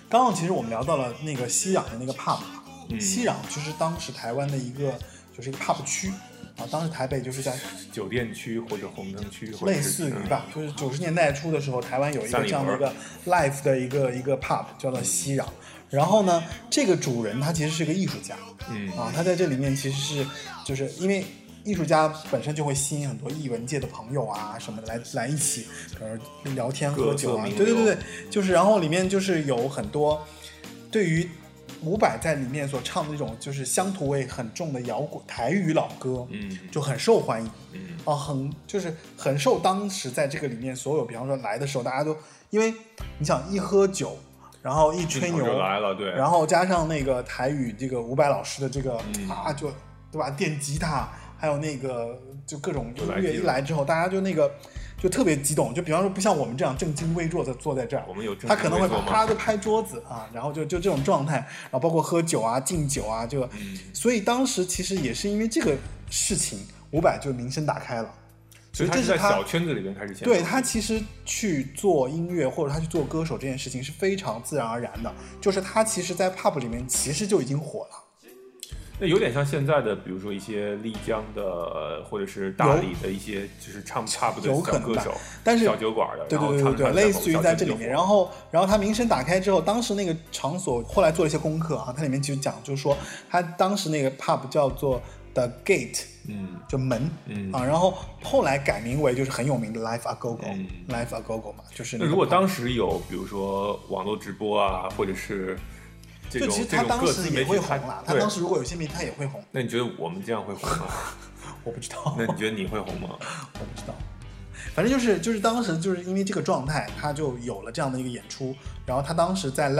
刚刚其实我们聊到了那个西壤的那个 pub，西壤就是当时台湾的一个就是一个 pub 区啊，当时台北就是在酒店区或者红灯区， 类似于吧，就是90年代初的时候，台湾有一个这样的一个 live 的一个 pub 叫做西壤。然后呢，这个主人他其实是个艺术家，他在这里面其实是就是因为艺术家本身就会吸引很多艺文界的朋友啊什么的来一起，聊天喝酒啊，对，就是然后里面就是有很多对于伍佰在里面所唱的那种就是乡土味很重的摇滚台语老歌，就很受欢迎，很受当时在这个里面所有，比方说来的时候，大家都因为你想一喝酒。然后一吹牛来了，对， 然后加上那个台语这个伍佰老师的这个就对吧，电吉他还有那个就各种音乐一来之后，大家就那个就特别激动，就比方说不像我们这样正襟危坐的坐在这儿， 我们有他可能会啪就拍桌子啊，然后就这种状态，然后包括喝酒啊、敬酒啊，所以当时其实也是因为这个事情，伍佰就名声打开了。 所以他是在小圈子里面开始对，他其实去做音乐或者他去做歌手这件事情是非常自然而然的，就是他其实在 pub 里面其实就已经火了。 那有点像现在的比如说一些丽江的或者是大理的一些就是唱 pub 的小歌手， 但是小酒馆的， 对，类似于在这里面，然后他名声打开之后，当时那个场所后来做了一些功课啊，它里面其实讲就是说他当时那个 pub 叫做 The Gate， 就门，然后后来改名为就是很有名的 Live A Go Go，Live A Go Go 嘛，就是那如果当时有比如说网络直播啊，或者是这种， 其实他当时也会红啦，他当时如果有些媒体他也会红。 那你觉得我们这样会红吗？ 我不知道。 那你觉得你会红吗？ 我不知道。反正就是当时就是因为这个状态，他就有了这样的一个演出，然后他当时在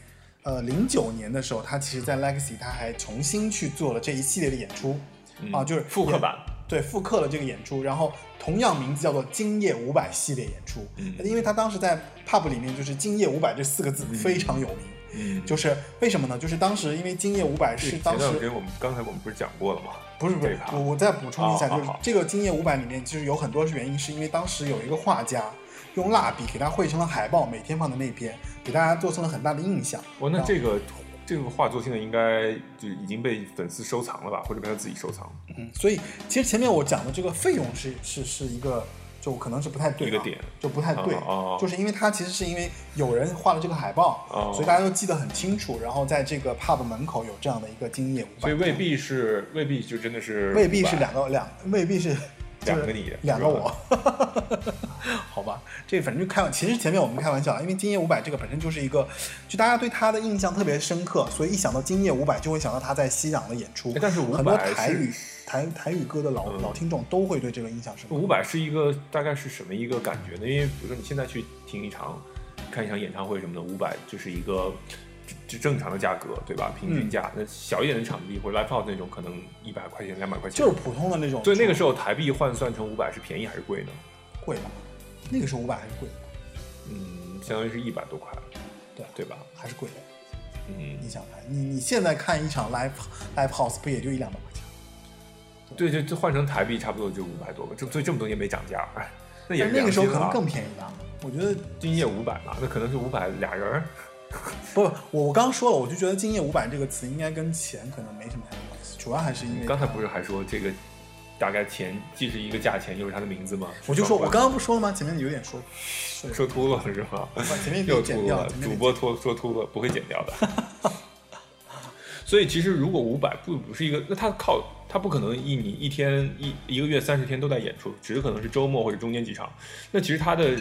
Legacy。09年的时候，他其实在 Legacy 他还重新去做了这一系列的演出，就是复刻版， 对，复刻了这个演出，然后同样名字叫做今夜伍佰系列演出，因为他当时在 pub 里面就是今夜伍佰这4个字非常有名，就是为什么呢？就是当时因为今夜伍佰是当时刚才我们不是讲过了吗？ 不是，我再补充一下，就是这个今夜伍佰里面其实有很多原因，是因为当时有一个画家。用蜡笔给他绘成了海报，每天放在那边，给大家做成了很大的印象。 那这个画作现在应该就已经被粉丝收藏了吧，或者被他自己收藏。 所以其实前面我讲的这个费用是一个，就可能是不太对的一个点， 就不太对，就是因为它其实是因为有人画了这个海报，所以大家都记得很清楚。然后在这个 pub 门口有这样的一个今夜伍佰， 所以未必就真的是未必是未必是。 两个你， 两个我，好吧，这反正就其实前面我们开玩笑，因为今夜伍佰这个本身就是一个，就大家对他的印象特别深刻，所以一想到今夜伍佰就会想到他在西壤的演出。 但是很多台语歌的老听众都会对这个印象深刻。 伍佰是一个大概是什么一个感觉呢？因为比如说你现在去看一场演唱会什么的，伍佰就是一个。正常的价格对吧？平均价，那小一点的场地或者 live house 那种，可能100块钱、200块钱， 就是普通的那种。 所以那个时候台币换算成500是便宜还是贵呢？ 贵吧，那个时候500还是贵的。 相当于是100多块，对吧？ 还是贵的。你想看，你现在看一场 live house 不也就100-200块钱？ 对，就换成台币差不多就500多个，所以这么多年没涨价。那个时候可能更便宜吧？我觉得今夜500嘛，那可能是500俩人。 不，我刚刚说了，我就觉得今夜伍佰这个词应该跟钱可能没什么太大关系，主要还是因为刚才不是还说这个大概钱既是一个价钱又是他的名字吗？ 我就说我刚刚不说了吗？前面有点说秃了是吗？ 前面又剪掉了， 主播说秃了不会剪掉的。所以其实如果伍佰不是一个，那他不可能一天一个月30天都在演出，只是可能是周末或者中间几场。那其实他的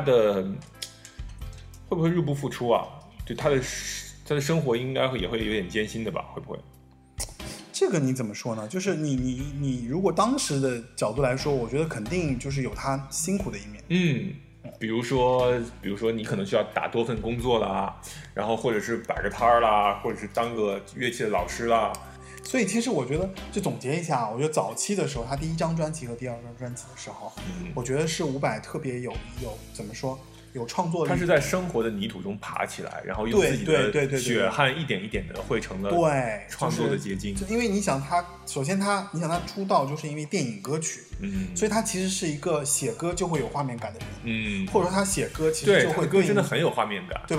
会不会日不复出啊？就他的生活应该也会有点艰辛的吧？会不会？ 这个你怎么说呢？就是你如果当时的角度来说，我觉得肯定就是有他辛苦的一面。 比如说你可能需要打多份工作啦，然后或者是摆个摊儿啦，或者是当个乐器的老师啦。 所以其实我觉得，就总结一下，我觉得早期的时候，他第1张专辑和第2张专辑的时候，我觉得是伍佰特别有怎么说？有创作力， 他是在生活的泥土中爬起来，然后用自己的血汗一点一点的汇成了创作的结晶。 因为你想他出道就是因为电影歌曲，所以他其实是一个写歌就会有画面感的人，或者说他写歌其实就会歌真的很有画面感， 对吧？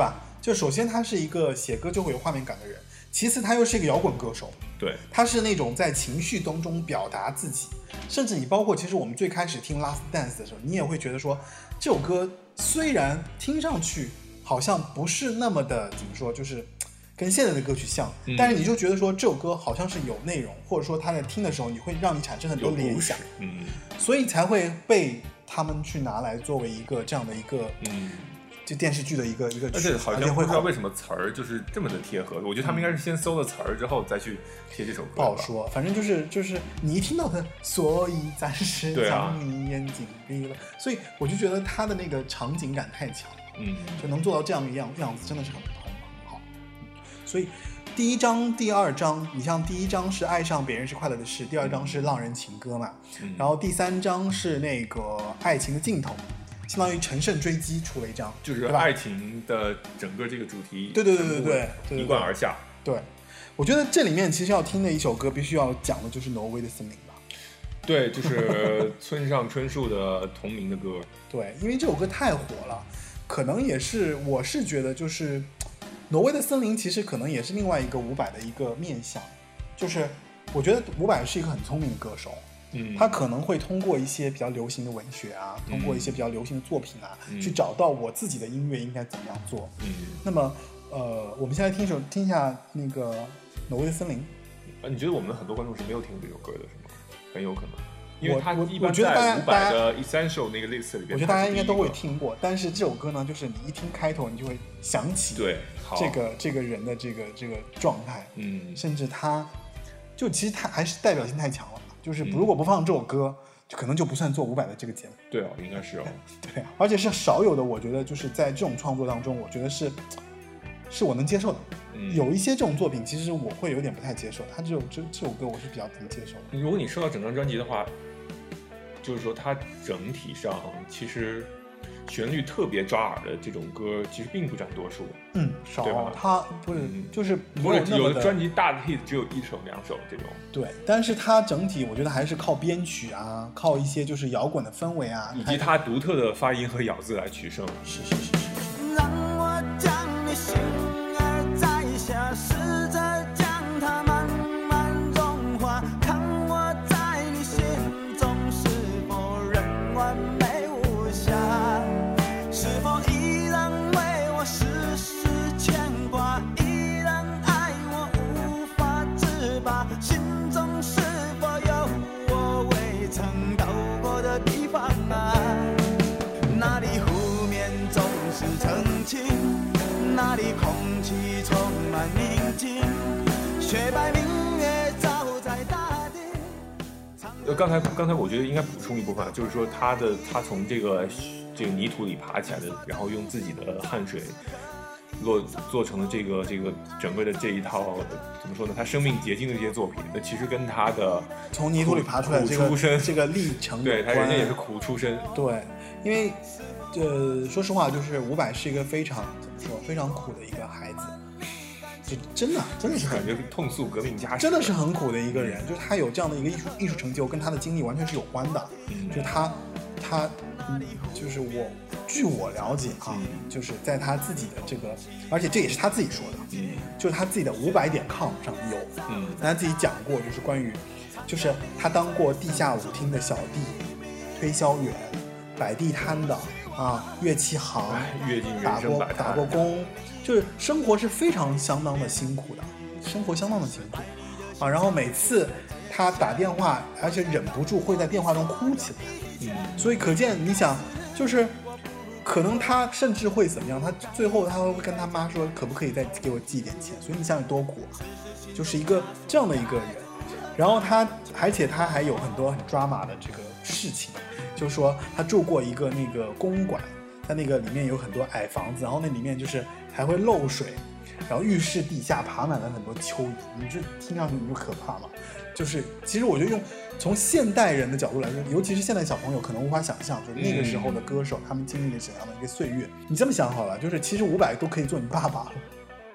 就首先他是一个写歌就会有画面感的人，其次他又是一个摇滚歌手， 对， 他是那种在情绪当中表达自己，甚至你包括其实我们最开始听 Last Dance 的时候，你也会觉得说这首歌虽然听上去好像不是那么的怎么说，就是跟现在的歌曲像，但是你就觉得说这首歌好像是有内容，或者说他在听的时候你会让你产生很多联想，所以才会被他们去拿来作为一个这样的一个就电视剧的一个曲， 而且好像不知道为什么词儿就是这么的贴合，我觉得他们应该是先搜了词儿之后再去贴这首歌， 不好说，反正就是你一听到的，所以暂时将你眼睛闭了，所以我就觉得他的那个场景感太强了，就能做到这样一个样子，真的是很好。所以第一章、第二章，你像第一章是爱上别人是快乐的事，第二章是浪人情歌嘛，然后第三章是那个爱情的尽头。相当于乘胜追击出了一张， 就是爱情的整个这个主题， 对， 一贯而下。 对，我觉得这里面其实要听的一首歌，必须要讲的就是《挪威的森林》吧。 对，就是村上春树的同名的歌。 对，因为这首歌太火了，可能也是我是觉得就是《挪威的森林》其实可能也是另外一个伍佰的一个面向，就是我觉得伍佰是一个很聪明的歌手。他可能会通过一些比较流行的文学啊，通过一些比较流行的作品啊，去找到我自己的音乐应该怎么样做。那么我们现在听一下那个《挪威的森林》。 你觉得我们很多观众是没有听过这首歌的，是吗？很有可能，因为他一般在伍佰的 Essential 那个 list 里边， 我觉得大家应该都会听过。但是这首歌呢，就是你一听开头，你就会想起这个人的这个状态，甚至他就其实他还是代表性太强了。就是如果不放这首歌，就可能就不算做伍佰的这个节目。 对哦，应该是哦。 对，而且是少有的，我觉得就是在这种创作当中，我觉得是我能接受的。有一些这种作品，其实我会有点不太接受。他这首歌我是比较能接受的。 如果你说到整张专辑的话，就是说它整体上其实旋律特别抓耳的这种歌，其实并不占多数。 少。它不是就是或者有的专辑大的 hit 只有1首2首这种。 对，但是它整体我觉得还是靠编曲啊，靠一些就是摇滚的氛围啊， 以及它独特的发音和咬字来取胜。 是。 让我将你心儿摘下，试着将它慢慢融化，看我在你心中是否仍完美无瑕，是否依然为我时时牵挂，依然爱我无法自拔，心中是否有我未曾到过的地方啊？那里湖面总是澄清，那里空气充满宁静，雪白明月照在大地。 刚才我觉得应该补充一部分，就是说他从这个泥土里爬起来的，然后用自己的汗水做成了这个整个的这一套怎么说呢？他生命结晶的这些作品，那其实跟他的从泥土里爬出来这个历程， 对他人家也是苦出身。 对，因为说实话，就是伍佰是一个非常怎么说非常苦的一个孩子。就真的是感觉痛诉革命家史， 真的是很苦的一个人。就是他有这样的一个艺术成就，跟他的经历完全是有关的。就他就是据我了解啊，就是在他自己的这个，而且这也是他自己说的，就是他自己的500.com 上有，他自己讲过，就是关于，就是他当过地下舞厅的小弟、推销员、摆地摊的啊，乐器行，打过工。就是生活是非常相当的辛苦的，啊！然后每次他打电话，而且忍不住会在电话中哭起来，所以可见你想，就是可能他甚至会怎么样？他最后他会跟他妈说，可不可以再给我寄一点钱？所以你想有多苦，就是一个这样的一个人。然后而且他还有很多很drama的这个事情，就是说他住过一个那个公馆，在那个里面有很多矮房子，然后那里面就是还会漏水，然后浴室底下爬满了很多蚯蚓，你这听上去你就可怕嘛。就是其实我觉得从现代人的角度来说，尤其是现在小朋友可能无法想象，就是那个时候的歌手他们经历了怎样的一个岁月。你这么想好了，就是其实伍佰都可以做你爸爸了。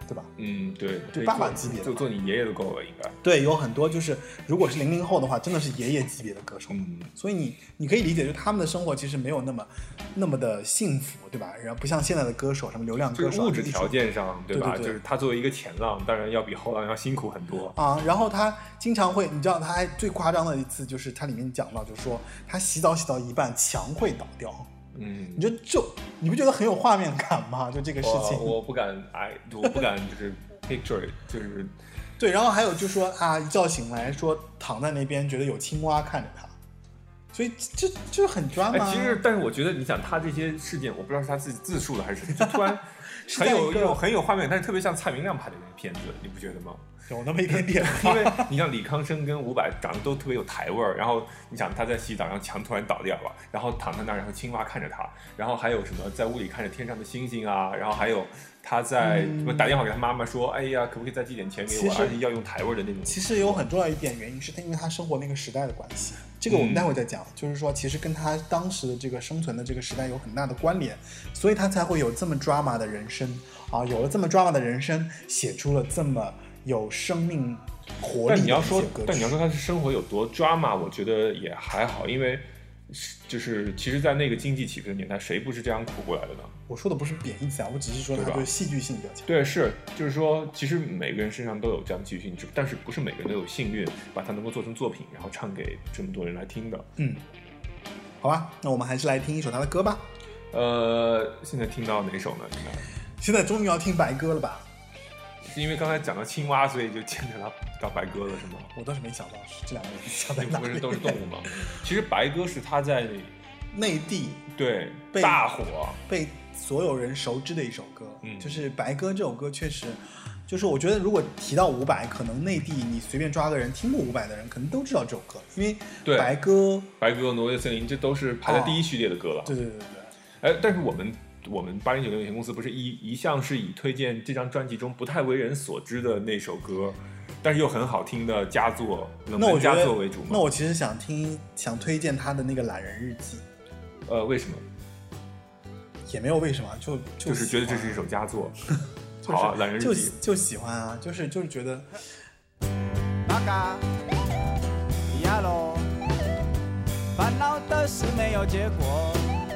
对吧？ 对， 就爸爸级别的， 做你爷爷都够了，应该。 对，有很多就是如果是00后的话，真的是爷爷级别的歌手。所以你可以理解，就他们的生活其实没有那么的幸福，对吧？然后不像现在的歌手，什么流量歌手， 就是物质条件上，对吧？ 对， 就是他作为一个前浪，当然要比后浪要辛苦很多啊。然后他经常会，你知道，他还最夸张的一次就是他里面讲到，就是说他洗澡洗到一半，墙会倒掉。你不觉得很有画面感吗？就这个事情， 我不敢就是 picture， 就是对。然后还有就说啊，一觉醒来说躺在那边，觉得有青蛙看着他，所以这很抓嘛。 其实，但是我觉得，你想他这些事件，我不知道是他自己自述的还是什么，就突然很有画面，但是特别像蔡明亮拍的那个片子，你不觉得吗？ 有那么一点点， 因为你像李康生跟伍佰长得都特别有台味儿，然后你想他在洗澡，然后墙突然倒掉了，然后躺在那儿，然后青蛙看着他，然后还有什么在屋里看着天上的星星啊，然后还有他在什么打电话给他妈妈说，哎呀，可不可以再寄点钱给我，而且要用台味的那种。 其实有很重要一点原因是因为他生活那个时代的关系，这个我们待会再讲，就是说其实跟他当时的这个生存的这个时代有很大的关联，所以他才会有这么 drama 的人生啊，有了这么 drama 的人生，写出了这么有生命活力的一些歌曲。 但你要说他是生活有多 drama， 我觉得也还好，因为就是其实在那个经济起飞的年代，谁不是这样苦过来的呢？ 我说的不是贬义词啊，我只是说他对戏剧性比较强。 对，就是说其实每个人身上都有这样戏剧性，但是不是每个人都有幸运把它能够做成作品，然后唱给这么多人来听的。 好吧，那我们还是来听一首他的歌吧。 现在听到哪首呢？ 现在终于要听白歌了吧？ 是因为刚才讲到青蛙，所以就牵扯到白鸽了，是吗？ 我倒是没想到是这两个人想在哪里。 不是都是动物吗？其实白鸽是他在内地对大火， 被所有人熟知的一首歌。就是白鸽这首歌确实，就是我觉得如果提到伍佰，可能内地你随便抓个人听过伍佰的人，可能都知道这首歌，因为白鸽、 挪威森林，这都是排在第一序列的歌了。 对。 但是我们8096有限公司不是一向是以推荐这张专辑中不太为人所知的那首歌，但是又很好听的佳作、冷门佳作为主吗？ 那我其实想推荐他的那个《懒人日记》。 为什么？ 也没有为什么， 就是觉得这是一首佳作。好啊，《懒人日记》 就喜欢啊，就是觉得。 八嘎呀喽，烦恼的事没有结果。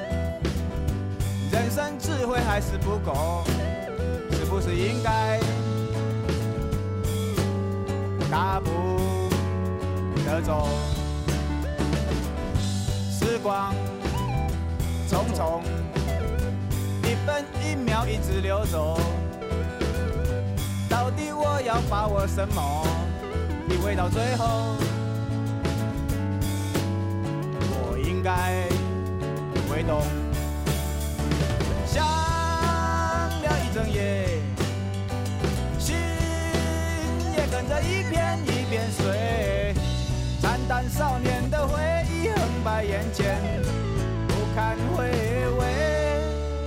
人生智慧还是不够，是不是应该大步的走？时光匆匆，一分一秒一直流走，到底我要把握什么？体会到最后，我应该会懂。想了一整夜，心也跟着一片一片碎。惨淡少年的回忆横摆眼前，不堪回味。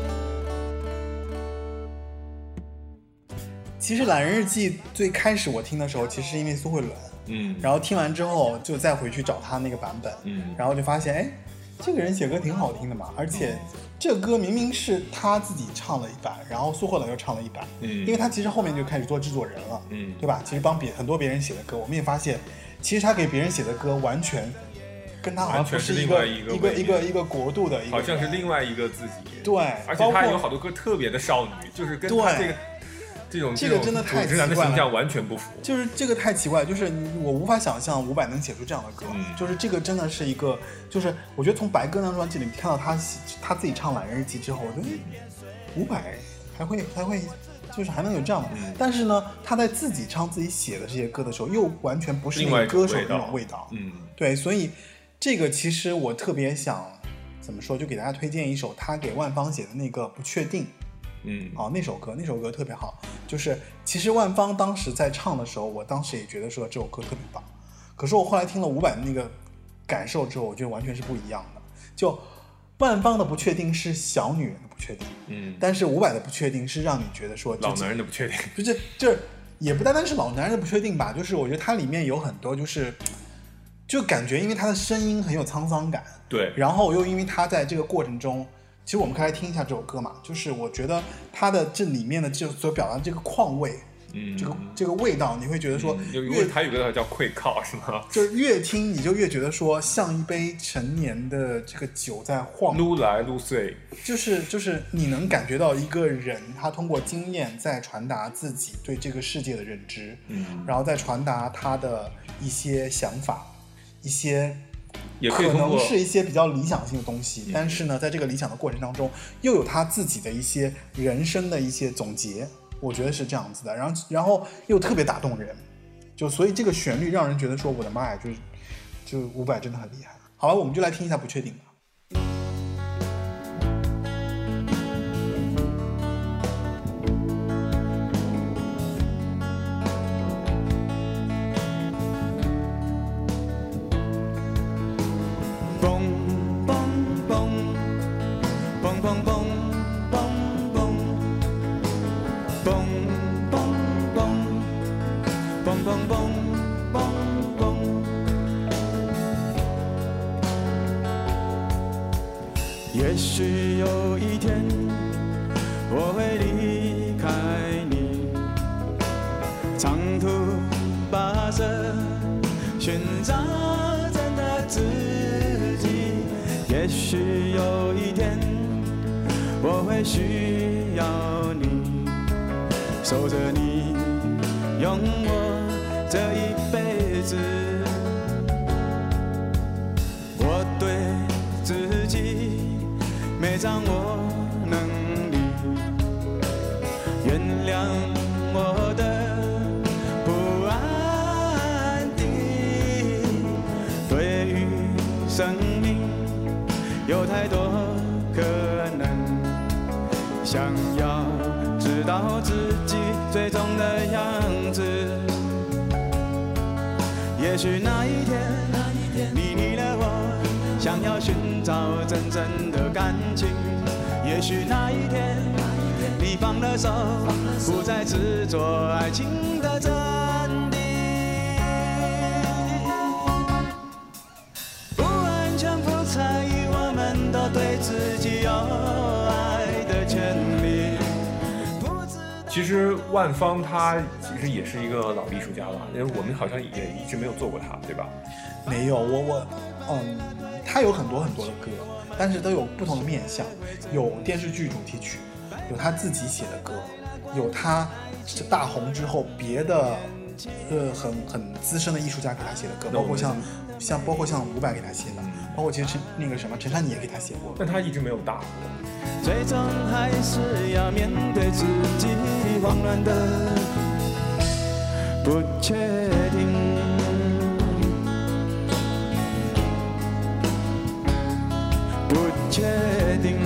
其实《懒人日记》最开始我听的时候，其实是因为苏慧伦，然后听完之后就再回去找他那个版本，然后就发现，哎，这个人写歌挺好听的嘛，而且这歌明明是他自己唱了一版，然后苏慧伦又唱了一版，因为他其实后面就开始做制作人了，对吧？其实帮很多别人写的歌，我们也发现，其实他给别人写的歌完全跟他好像不是一个国度的一个， 好像是另外一个自己。 对， 而且他有好多歌特别的少女，就是跟他这个真的太直男的形象完全不符。 就是这个太奇怪，就是我无法想象伍佰能写出这样的歌，就是这个真的是一个，就是我觉得从白鸽那张专辑里看到他自己唱《懒人日记》之后，我觉得伍佰还会就是还能有这样的，但是呢，他在自己唱自己写的这些歌的时候，又完全不是那个歌手的那种味道。对，所以这个其实我特别想怎么说，就给大家推荐一首他给万芳写的那个《不确定》。那首歌特别好。就是其实万芳当时在唱的时候，我当时也觉得说这首歌特别棒，可是我后来听了伍佰的那个感受之后，我觉得完全是不一样的。就万芳的不确定是小女人的不确定，但是伍佰的不确定是让你觉得说老男人的不确定， 这也不单单是老男人的不确定吧，就是我觉得它里面有很多就感觉因为他的声音很有沧桑感， 对， 然后又因为他在这个过程中其实我们可以来听一下这首歌嘛，就是我觉得它的这里面的这所表达的这个况味，这个味道，你会觉得说， 它有个叫溃靠是吗？ 就是越听你就越觉得说，像一杯陈年的这个酒在晃， 撸来撸碎， 就是你能感觉到一个人他通过经验在传达自己对这个世界的认知，然后再传达他的一些想法，一些。 也可以可能是一些比较理想性的东西，但是呢，在这个理想的过程当中，又有他自己的一些人生的一些总结，我觉得是这样子的。然后又特别打动人，就所以这个旋律让人觉得说，我的妈呀，就伍佰真的很厉害。好了，我们就来听一下《不确定》吧。 也许有一天我会离开你，长途跋涉寻找真的自己。也许有一天我会需要你，守着你，用我这一辈子。我对自己没掌握能力，原谅我的不安定。对于生命有太多可能，想要知道自己最终的样子。也许那一天你离了我，想要寻找真正的感情。也许那一天你放了手，不再执着爱情的真谛。不完全不在意，我们都对自己有爱的权利。 其实万芳他其实也是一个老艺术家了，因为我们好像也一直没有做过他，对吧？ 没有，他有很多很多的歌，但是都有不同的面向，有电视剧主题曲，有他自己写的歌，有他大红之后别的很资深的艺术家给他写的歌，包括像伍佰给他写的，包括其实陈珊妮也给他写过， 但他一直没有大火。 最终还是要面对自己慌乱的不确定，不确定。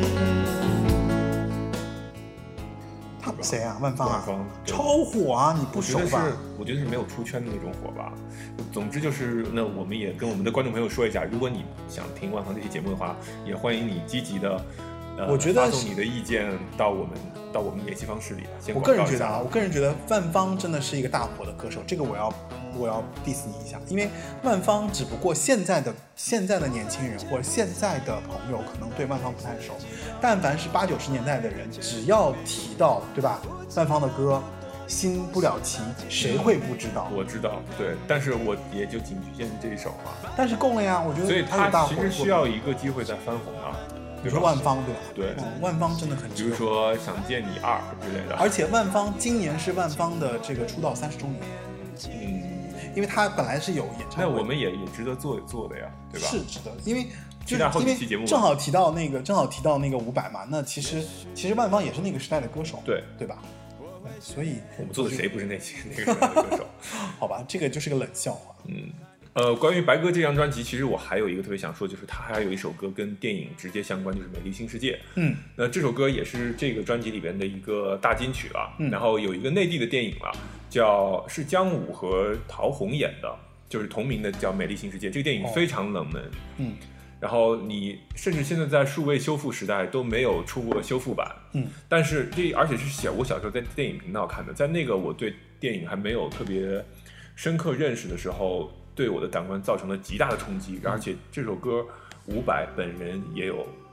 他谁啊？万芳啊， 超火啊！你不熟吧？ 我觉得是没有出圈的那种火吧。总之就是，那我们也跟我们的观众朋友说一下，如果你想听万芳这期节目的话，也欢迎你积极的。 我觉得发送你的意见到我们联系方式里。 我个人觉得万芳真的是一个大火的歌手，这个我要 diss 你一下，因为万芳只不过现在的年轻人或者现在的朋友可能对万芳不太熟，但凡是80、90年代的人，只要提到对吧，万芳的歌新不了情，谁会不知道？ 我知道，对，但是我也就仅局限于这一首嘛。 但是够了呀，我觉得。 所以他其实需要一个机会再翻红啊。 比如说万芳对吧？ 对， 万芳真的很值得。 比如说《想见你2》之类的。 而且万芳今年是万芳的这个出道30周年。因为他本来是有演唱会， 那我们也值得做的呀，对吧？ 是值得，因为正好提到那个伍佰嘛，那其实万芳也是那个时代的歌手，对吧？所以我们做的谁不是那个时代的歌手？ 好吧，这个就是个冷笑话。 关于白鸽这张专辑，其实我还有一个特别想说，就是他还有一首歌跟电影直接相关，就是《美丽新世界》。那这首歌也是这个专辑里边的一个大金曲了。然后有一个内地的电影了，是姜武和陶虹演的，就是同名的叫《美丽新世界》。这个电影非常冷门。然后你甚至现在在数位修复时代都没有出过修复版。但是而且是我小时候在电影频道看的，在那个我对电影还没有特别深刻认识的时候，对我的感官造成了极大的冲击。而且这首歌伍佰本人也有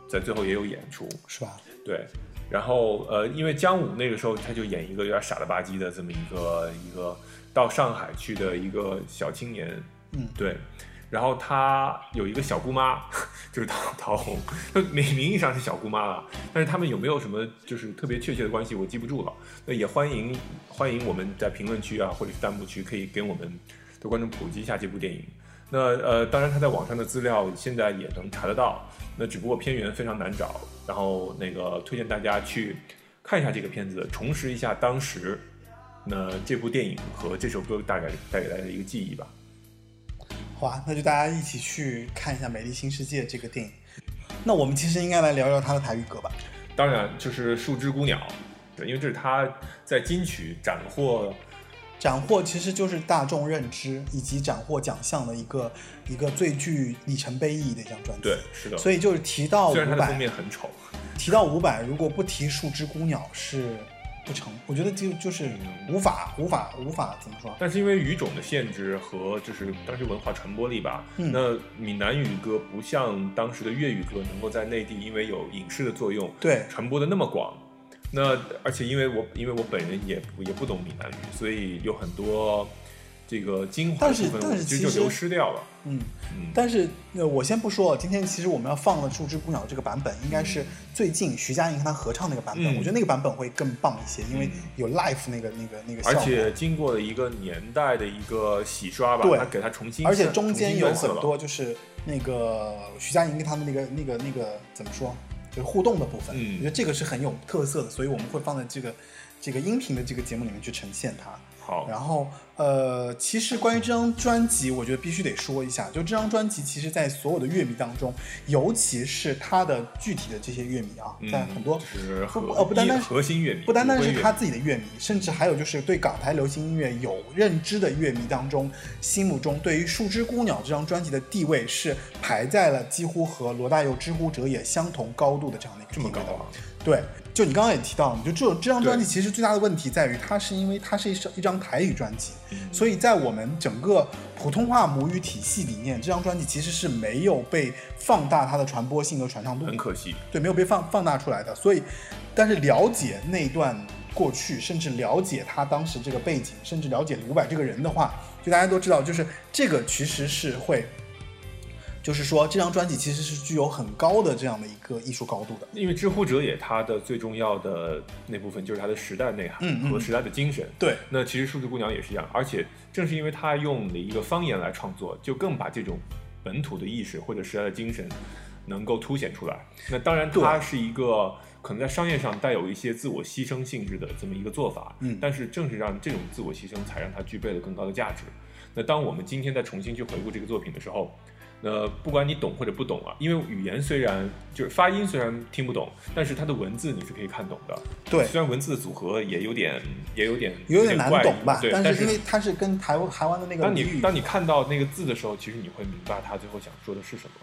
在最后也有演出， 是吧？ 对。然后因为姜武那个时候他就演一个有点傻了吧唧的这么一个到上海去的一个小青年，对。然后他有一个小姑妈，就是陶虹，名义上是小姑妈了，但是他们有没有什么就是特别确切的关系，我记不住了。那也欢迎我们在评论区啊，或者是弹幕区，可以跟我们的观众普及一下这部电影。那当然他在网上的资料现在也能查得到，那只不过片源非常难找。然后推荐大家去看一下这个片子，重拾一下当时那这部电影和这首歌大概带给大家的一个记忆吧。 好啊，那就大家一起去看一下《美丽新世界》这个电影。那我们其实应该来聊聊它的台语歌吧。 当然就是《树枝孤鸟》，对，因为这是他在金曲斩获其实就是大众认知以及斩获奖项的一个最具里程碑意义的一张专辑。 对，是的。 所以就是提到500， 虽然它的封面很丑， 提到500，如果不提《树枝孤鸟》是不成，我觉得就是无法怎么说？ 但是因为语种的限制和就是当时文化传播力吧，那闽南语歌不像当时的粤语歌能够在内地因为有影视的作用， 对， 传播的那么广。那而且因为我本人也不懂闽南语，所以有很多这个精华的部分其实就流失掉了。 但是我先不说，今天其实我们要放的《树枝孤鸟》这个版本，应该是最近徐佳莹和她合唱那个版本。我觉得那个版本会更棒一些，因为有 live 那个效果， 而且经过了一个年代的一个洗刷吧， 对， 它给它重新， 而且中间有很多就是那个徐佳莹跟他们那个怎么说？就是互动的部分，我觉得这个是很有特色的，所以我们会放在这个音频的这个节目里面去呈现它。 好， 然后其实关于这张专辑，我觉得必须得说一下，就这张专辑，其实在所有的乐迷当中，尤其是他的具体的这些乐迷啊，在很多不单单是核心乐迷， 不单单是他自己的乐迷，甚至还有就是对港台流行音乐有认知的乐迷当中，心目中对于《树枝孤鸟》这张专辑的地位是排在了几乎和罗大佑《知乎者也》相同高度的这样的一个地位的。 这么高啊？ 对，就你刚刚也提到，就这张专辑其实最大的问题在于，它是因为它是一张台语专辑，所以在我们整个普通话母语体系里面，这张专辑其实是没有被放大它的传播性和传唱度， 很可惜， 对，没有被放大出来的。所以，但是了解那段过去，甚至了解他当时这个背景，甚至了解伍佰这个人的话，就大家都知道，就是这个其实是会。就是说，这张专辑其实是具有很高的这样的一个艺术高度的。 因为知乎者也，它的最重要的那部分就是它的时代内涵和时代的精神。 对， 那其实《树枝孤鸟》也是一样，而且正是因为它用的一个方言来创作，就更把这种本土的意识或者时代的精神能够凸显出来。那当然，它是一个可能在商业上带有一些自我牺牲性质的这么一个做法。但是正是让这种自我牺牲，才让它具备了更高的价值。那当我们今天再重新去回顾这个作品的时候，不管你懂或者不懂啊，因为语言虽然就是发音虽然听不懂，但是它的文字你是可以看懂的。 对， 虽然文字的组合也有点难懂吧， 对， 但是因为它是跟台湾的那个当你看到那个字的时候，其实你会明白他最后想说的是什么。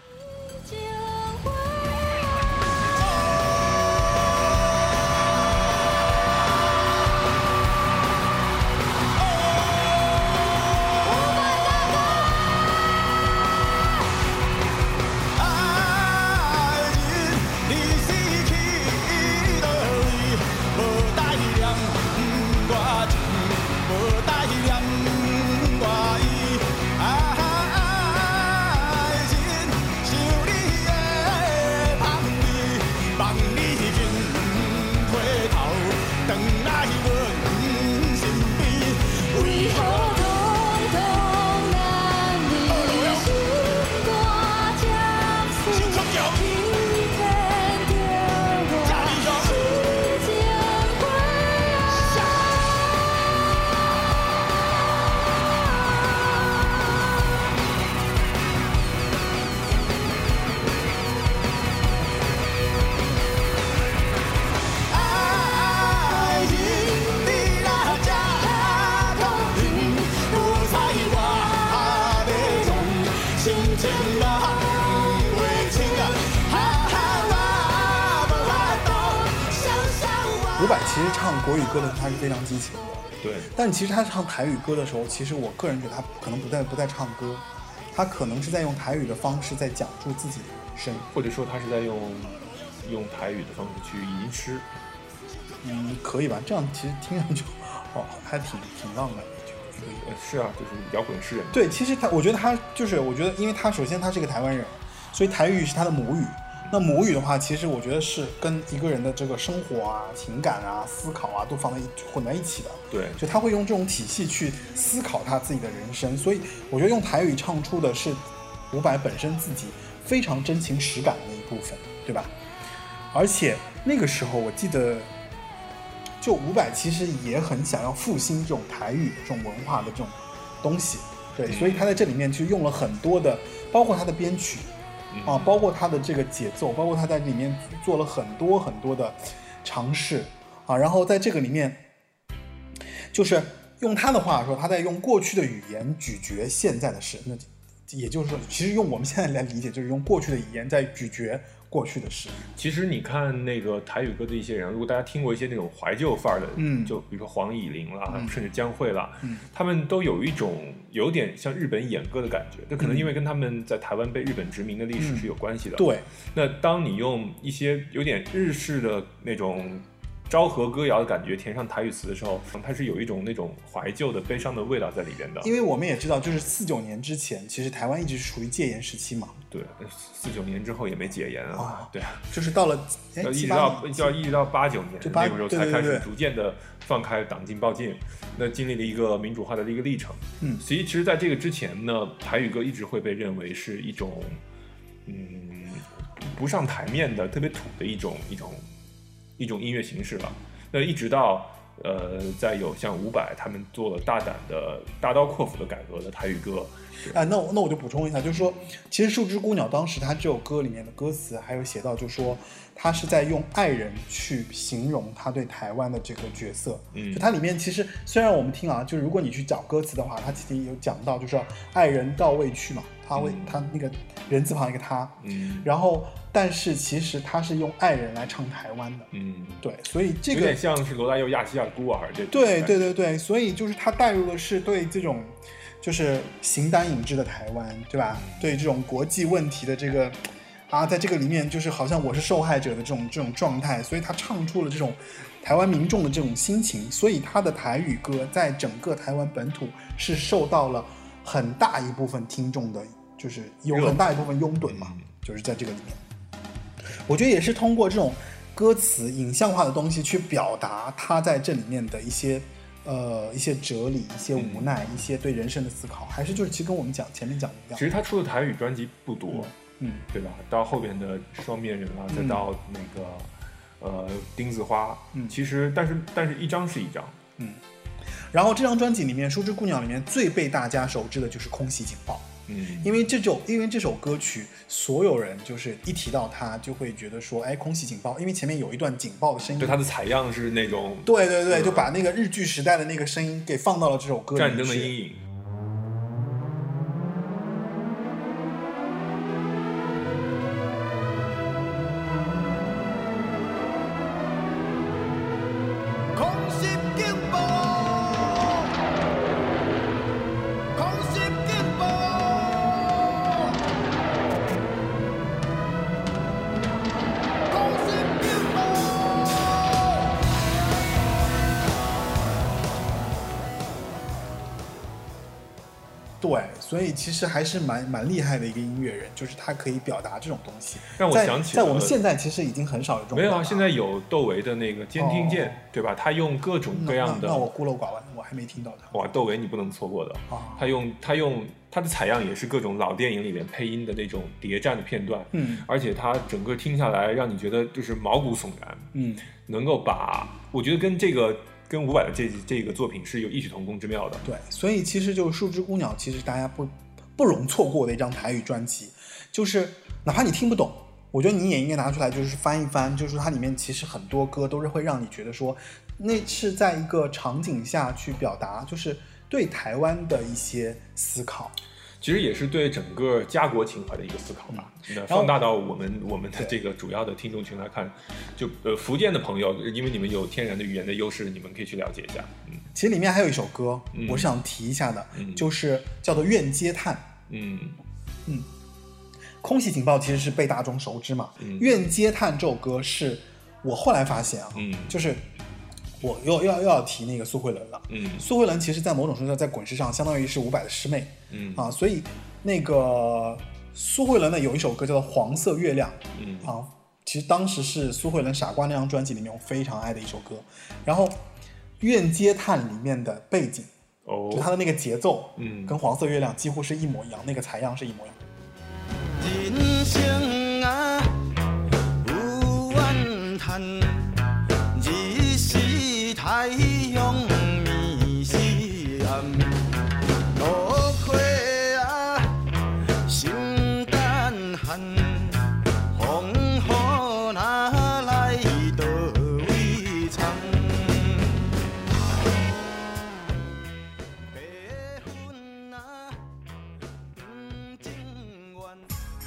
伍佰其实唱国语歌的时候他是非常激情的， 对。 但其实他唱台语歌的时候，其实我个人觉得他可能不在唱歌，他可能是在用台语的方式在讲述自己的人生， 或者说他是在用用台语的方式去吟诗。 可以吧？这样其实听上去还挺浪漫的。 是啊，就是摇滚诗人。 对，其实我觉得，因为他首先他是个台湾人，所以台语是他的母语。那母语的话，其实我觉得是跟一个人的这个生活啊、情感啊、思考啊都混在一起的。 对， 就他会用这种体系去思考他自己的人生，所以我觉得用台语唱出的是伍佰本身自己非常真情实感的那一部分，对吧？而且那个时候我记得。就伍佰其实也很想要复兴这种台语这种文化的这种东西，对，所以他在这里面就用了很多的，包括他的编曲啊，包括他的这个节奏，包括他在里面做了很多很多的尝试啊，然后在这个里面，就是用他的话说，他在用过去的语言咀嚼现在的事，那也就是说，其实用我们现在来理解，就是用过去的语言在咀嚼过去的事。 其实你看那个台语歌的一些人，如果大家听过一些那种怀旧范儿的，就比如说黄以玲啦，甚至江蕙啦，他们都有一种有点像日本演歌的感觉。这可能因为跟他们在台湾被日本殖民的历史是有关系的。 对。 那当你用一些有点日式的那种昭和歌谣的感觉填上台语词的时候，它是有一种那种怀旧的悲伤的味道在里边的。 因为我们也知道，就是49年之前，其实台湾一直是处于戒严时期嘛。 对，49年之后也没戒严啊。对， 就是到了一直到89年，那个时候才开始逐渐的放开党禁报禁，那经历了一个民主化的一个历程。其实在这个之前呢，台语歌一直会被认为是一种不上台面的特别土的一种音乐形式了。那一直到再有像伍佰他们做了大胆的大刀阔斧的改革的台语歌。 那我就补充一下，就是说，其实《树枝姑鸟》当时他这首歌里面的歌词还有写到，就是说他是在用爱人去形容他对台湾的这个角色。就它里面其实虽然我们听啊，就是如果你去找歌词的话，它其实有讲到，就是说爱人到未去嘛，他那个人字旁一个他，然后但是其实他是用爱人来唱台湾的。对，所以这个有点像是罗大佑亚细亚孤儿这种。 对，所以就是他带入的是对这种就是形单影只的台湾，对吧？对这种国际问题的这个在这个里面就是好像我是受害者的这种状态，所以他唱出了这种台湾民众的这种心情，所以他的台语歌在整个台湾本土是受到了很大一部分听众的，就是有很大一部分拥趸嘛，就是在这个里面，我觉得也是通过这种歌词影像化的东西去表达他在这里面的一些哲理，一些无奈，一些对人生的思考，还是就是其实跟我们前面讲的一样。 其实他出的台语专辑不多，对吧？到后边的双面人啊，再到那个钉子花，其实但是一张是一张， 然后这张专辑里面，《树枝姑娘》里面最被大家熟知的就是《空袭警报》。因为这首歌曲，所有人就是一提到它，就会觉得说，哎，空袭警报，因为前面有一段警报的声音， 对，它的采样是那种， 对，就把那个日剧时代的那个声音给放到了这首歌里面， 战争的阴影。 对，所以其实还是蛮厉害的一个音乐人，就是他可以表达这种东西。 让我想起在我们现在其实已经很少有这种。 没有啊，现在有窦唯的那个监听键，对吧？他用各种各样的。 那我孤陋寡闻，我还没听到他。 哇，窦唯你不能错过的。他用他的采样也是各种老电影里面配音的那种谍战的片段，而且他整个听下来让你觉得就是毛骨悚然，能够把我觉得跟伍佰的这个作品是有异曲同工之妙的。 对，所以其实就是《树枝姑鸟》，其实大家不容错过的一张台语专辑，就是哪怕你听不懂，我觉得你也应该拿出来就是翻一翻，就是它里面其实很多歌都是会让你觉得说，那是在一个场景下去表达，就是对台湾的一些思考。 其实也是对整个家国情怀的一个思考吧。那放大到我们的这个主要的听众群来看，就福建的朋友，因为你们有天然的语言的优势，你们可以去了解一下。 其实里面还有一首歌，我是想提一下的，就是叫做《愿嗟叹》。 空袭警报其实是被大众熟知嘛，愿嗟叹这首歌是我后来发现啊，就是我又要提那个苏慧伦了，苏慧伦其实在某种程度上在滚石上相当于是伍佰的师妹，所以那个苏慧伦呢有一首歌叫做《黄色月亮》，其实当时是苏慧伦《傻瓜》那张专辑里面我非常爱的一首歌，然后愿嗟叹里面的背景，就它的那个节奏，跟《黄色月亮》几乎是一模一样，那个采样是一模一样。 人生啊，有怨叹，日是太阳暝是暗，路亏啊，心胆寒，风雨哪来倒位藏？白云啊，不情愿。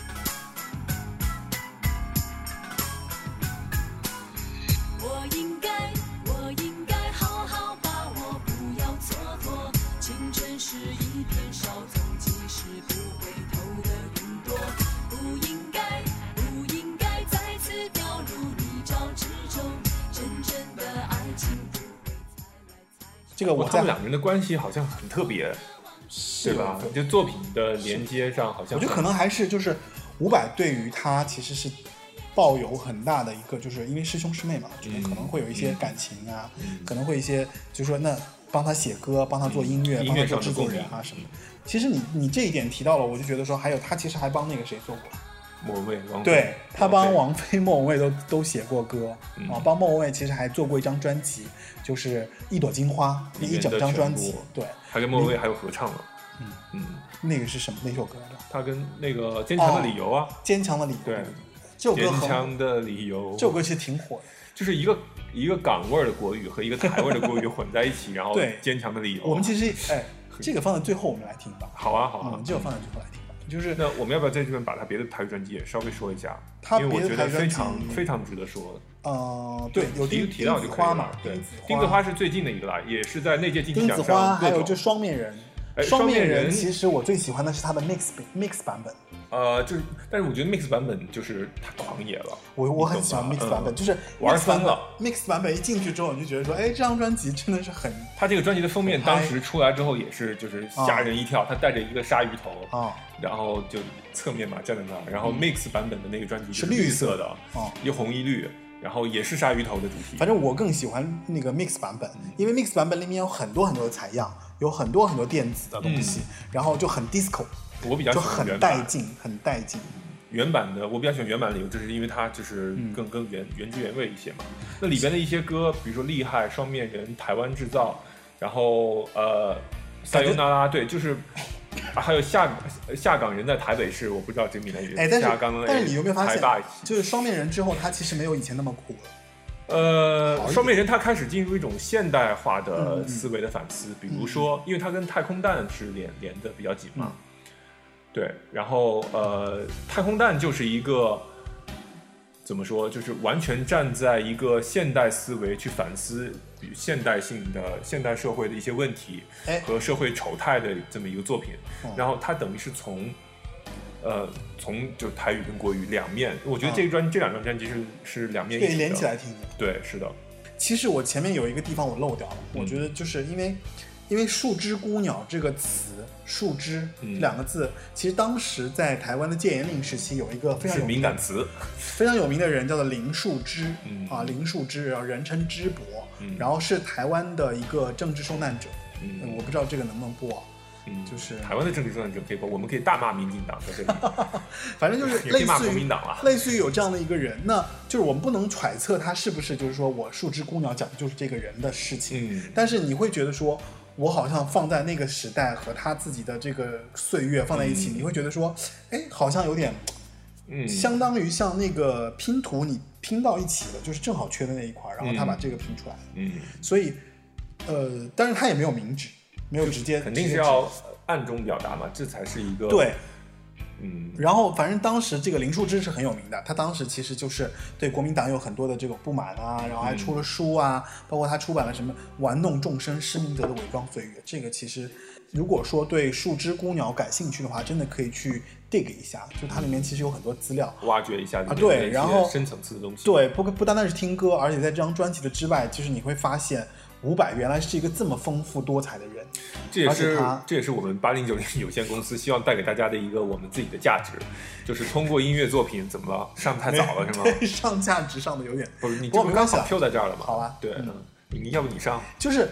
我应该好好把握，不要蹉跎。青春是一片稍纵即逝不回头的云朵，不应该再次掉入泥沼之中。真正的爱情不会猜来猜去。 这个他们两个人的关系好像很特别，对吧？就作品的连接上好像， 我觉得可能还是就是伍佰对于他其实是抱有很大的一个，就是因为师兄师妹嘛，就是可能会有一些感情啊，可能会一些就是说那帮他写歌，帮他做音乐，帮他做制作人啊什么的。其实你这一点提到了，我就觉得说还有他其实还帮那个谁做过。 莫文蔚，王菲， 对，他帮王菲、莫文蔚都写过歌啊，帮莫文蔚其实还做过一张专辑，就是《一朵金花》一整张专辑，对， 还跟莫文蔚还有合唱了。 那个是什么那首歌的？ 他跟那个坚强的理由啊， 坚强的理由， 对， 这首歌坚强的理由， 这首歌其实挺火的， 就是一个港味的国语和一个台味的国语混在一起，然后坚强的理由。 我们其实这个放在最后我们来听吧。 好啊，好啊， 这个放在最后来听吧。就是那我们要不要在这边把他别的台语专辑也稍微说一下？因为我觉得非常值得说。 对，有提到就可以了嘛。对，钉子花是最近的一个啦，也是在那届金曲奖上。 钉子花还有就双面人。双面人其实我最喜欢的是他的 mix 版本。 但是我觉得 mix 版本就是太狂野了。 我很喜欢 mix 版本，就是玩疯了。 mix 版本一进去之后，你就觉得说，这张专辑真的是很。 他这个专辑的封面当时出来之后也是就是吓人一跳，他戴着一个鲨鱼头然后就侧面嘛站在那，然后 mix 版本的那个专辑是绿色的一红一绿。然后也是鲨鱼头的主题， 反正我更喜欢那个 mix 版本，因为 mix 版本里面有很多很多的采样，有很多很多电子的东西，然后就很 disco， 我比较喜欢就很带劲，很带劲。 原版的我比较喜欢原版的理由，就是因为它就是更原汁原味一些嘛。那里边的一些歌，比如说厉害、双面人、台湾制造，然后塞尤那拉，对，就是还有下岗人在台北市，我不知道这名来源。 但是你有没有发现，就是双面人之后，他其实没有以前那么酷了。双面人他开始进入一种现代化的思维的反思，比如说，因为他跟太空蛋是连的比较紧嘛，对，然后太空蛋就是一个怎么说，就是完全站在一个现代思维去反思与现代社会的一些问题和社会丑态的这么一个作品，然后它等于是从就台语跟国语两面，我觉得这两张专辑是两面一体的， 可以连起来听的。 对，是的。 其实我前面有一个地方我漏掉了，我觉得就是因为树枝姑娘这个词，树枝这两个字，其实当时在台湾的戒严令时期有一个非常有名的敏感词， 非常有名的人叫做林树枝林树枝，然后人称枝伯，然后是台湾的一个政治受难者，我不知道这个能不能播。就是台湾的政治受难者可以播，我们可以大骂民进党在这里， 反正就是类似于有这样的一个人，那就是我们不能揣测他是不是就是说我树枝姑娘讲的就是这个人的事情，但是你会觉得说我好像放在那个时代和他自己的这个岁月放在一起，你会觉得说好像有点相当于像那个拼图你拼到一起了，就是正好缺的那一块，然后他把这个拼出来，所以但是他也没有明指，没有直接， 肯定是要暗中表达嘛，这才是一个对。 然后反正当时这个林树枝是很有名的，他当时其实就是对国民党有很多的这种不满啊，然后还出了书啊，包括他出版了什么《玩弄众生施明德的伪装岁月》，这个其实如果说对树枝孤鸟感兴趣的话，真的可以去 dig 一下，就它里面其实有很多资料， 挖掘一下啊，对，然后深层次的东西， 对，不单单是听歌，而且在这张专辑的之外，就是你会发现伍佰原来是一个这么丰富多彩的人， 这也是我们8090有限公司希望带给大家的一个我们自己的价值，就是通过音乐作品怎么了？上太早了是吗？ 对，上价值上的有点不是，你这不刚好票在这儿了吗？ 好啊， 对，你要不你上， 就是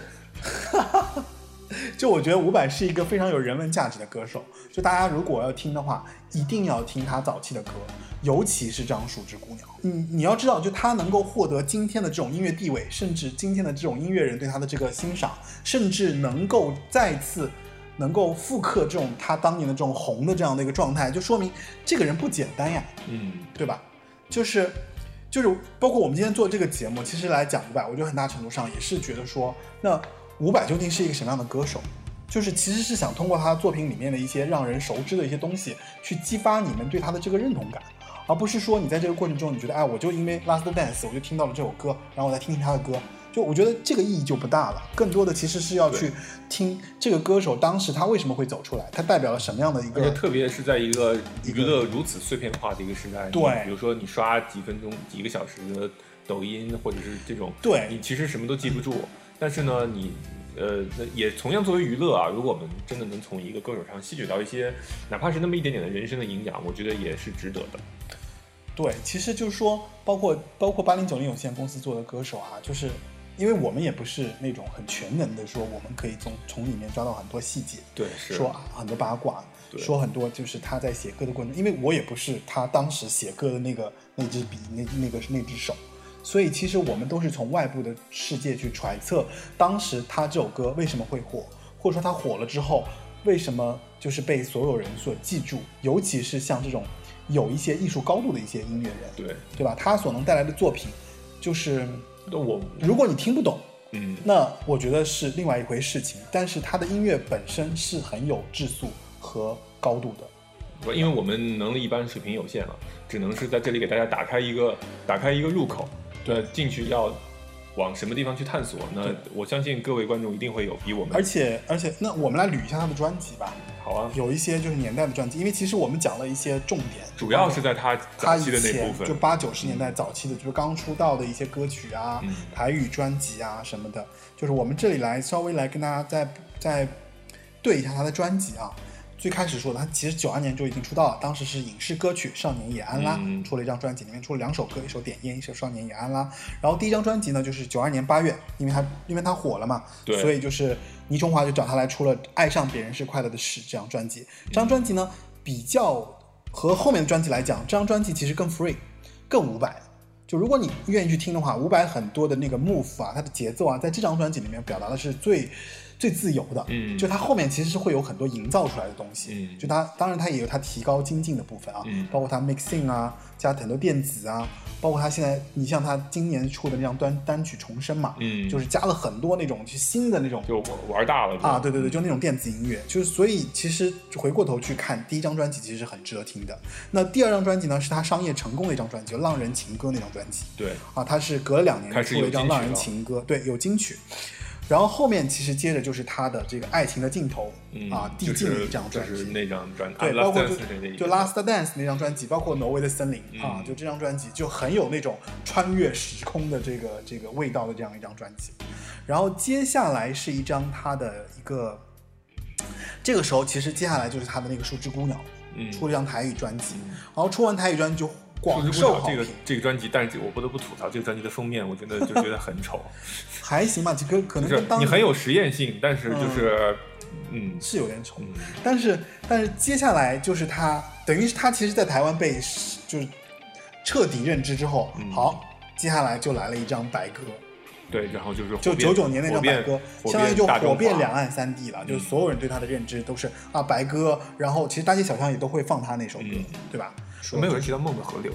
就我觉得伍佰是一个非常有人文价值的歌手，就大家如果要听的话，一定要听他早期的歌，尤其是这张《树枝孤鸟》。你要知道，就他能够获得今天的这种音乐地位，甚至今天的这种音乐人对他的这个欣赏，甚至能够再次能够复刻这种他当年的这种红的这样的一个状态，就说明这个人不简单呀，对吧？就是包括我们今天做这个节目，其实来讲伍佰，我觉得很大程度上也是觉得说，那伍佰究竟是一个什么样的歌手？就是其实是想通过他作品里面的一些让人熟知的一些东西，去激发你们对他的这个认同感，而不是说你在这个过程中你觉得，哎，我就因为 Last Dance 我就听到了这首歌，然后我再听听他的歌，就我觉得这个意义就不大了。更多的其实是要去听这个歌手当时他为什么会走出来，他代表了什么样的一个， 而且特别是在一个娱乐如此碎片化的一个时代， 对， 比如说你刷几分钟、几个小时的抖音或者是这种， 对， 你其实什么都记不住，但是呢，你也同样作为娱乐啊，如果我们真的能从一个歌手上吸取到一些哪怕是那么一点点的人生的营养，我觉得也是值得的。 对，其实就是说包括8090有限公司做的歌手啊，就是因为我们也不是那种很全能的说我们可以从里面抓到很多细节， 对，是说很多八卦，说很多就是他在写歌的过程中，因为我也不是他当时写歌的那支笔那只手，所以其实我们都是从外部的世界去揣测当时他这首歌为什么会火，或者说他火了之后为什么就是被所有人所记住，尤其是像这种有一些艺术高度的一些音乐人，对吧？他所能带来的作品，就是如果你听不懂，那我觉得是另外一回事情。但是他的音乐本身是很有质素和高度的。 因为我们能力一般水平有限了，只能是在这里给大家打开一个入口，对，进去要往什么地方去探索？那我相信各位观众一定会有比我们， 而且，那我们来捋一下他的专辑吧。 好啊， 有一些就是年代的专辑，因为其实我们讲了一些重点， 主要是在他早期的那部分， 就80、90年代早期的，就是刚出道的一些歌曲啊，台语专辑啊什么的。就是我们这里来稍微来跟大家再对一下他的专辑啊。最开始说的，他其实92年就已经出道了，当时是影视歌曲《少年也安拉》，出了一张专辑，里面出了2首歌，一首《点烟》，一首《少年也安拉》。然后第一张专辑呢，就是92年8月，因为他火了嘛，所以就是倪崇华就找他来出了《爱上别人是快乐的事》这张专辑。这张专辑呢，比较和后面的专辑来讲，这张专辑其实更 free， 更伍佰。就如果你愿意去听的话，伍佰很多的那个 move 啊，他的节奏啊，在这张专辑里面表达的是最自由的，就他后面其实是会有很多营造出来的东西，就他当然他也有他提高精进的部分啊，包括他 mixing 啊，加很多电子啊，包括他现在你像他今年出的那张单曲重生嘛，就是加了很多那种就新的那种， 就玩大了啊，对，就那种电子音乐，就是所以其实回过头去看第一张专辑其实是很值得听的。那第二张专辑呢，是他商业成功的一张专辑，《浪人情歌》那张专辑， 对啊，他是隔了2年出了一张《浪人情歌》，对，有金曲。然后后面其实接着就是他的这个爱情的尽头啊，递进的一张专辑， 就是那张专辑， 对，包括就 Last Dance 那张专辑，包括挪威的森林啊，就这张专辑就很有那种穿越时空的这个味道的这样一张专辑。然后接下来是一张他的一个，这个时候其实接下来就是他的那个《树枝孤鸟》，出了一张台语专辑，然后出完台语专辑就广受好评。 这个专辑，但是我不得不吐槽这个专辑的封面，我觉得很丑。 还行吧，这个可能就是你很有实验性，但是就是是有点丑。但是接下来就是他，等于是他其实在台湾被就是彻底认知之后，好，接下来就来了一张白鸽。 对，然后就 99年那张白鸽，相当于就火遍两岸三地了，就所有人对他的认知都是啊白鸽，然后其实大街小巷也都会放他那首歌，对吧？ 没有人提到梦的河流啊。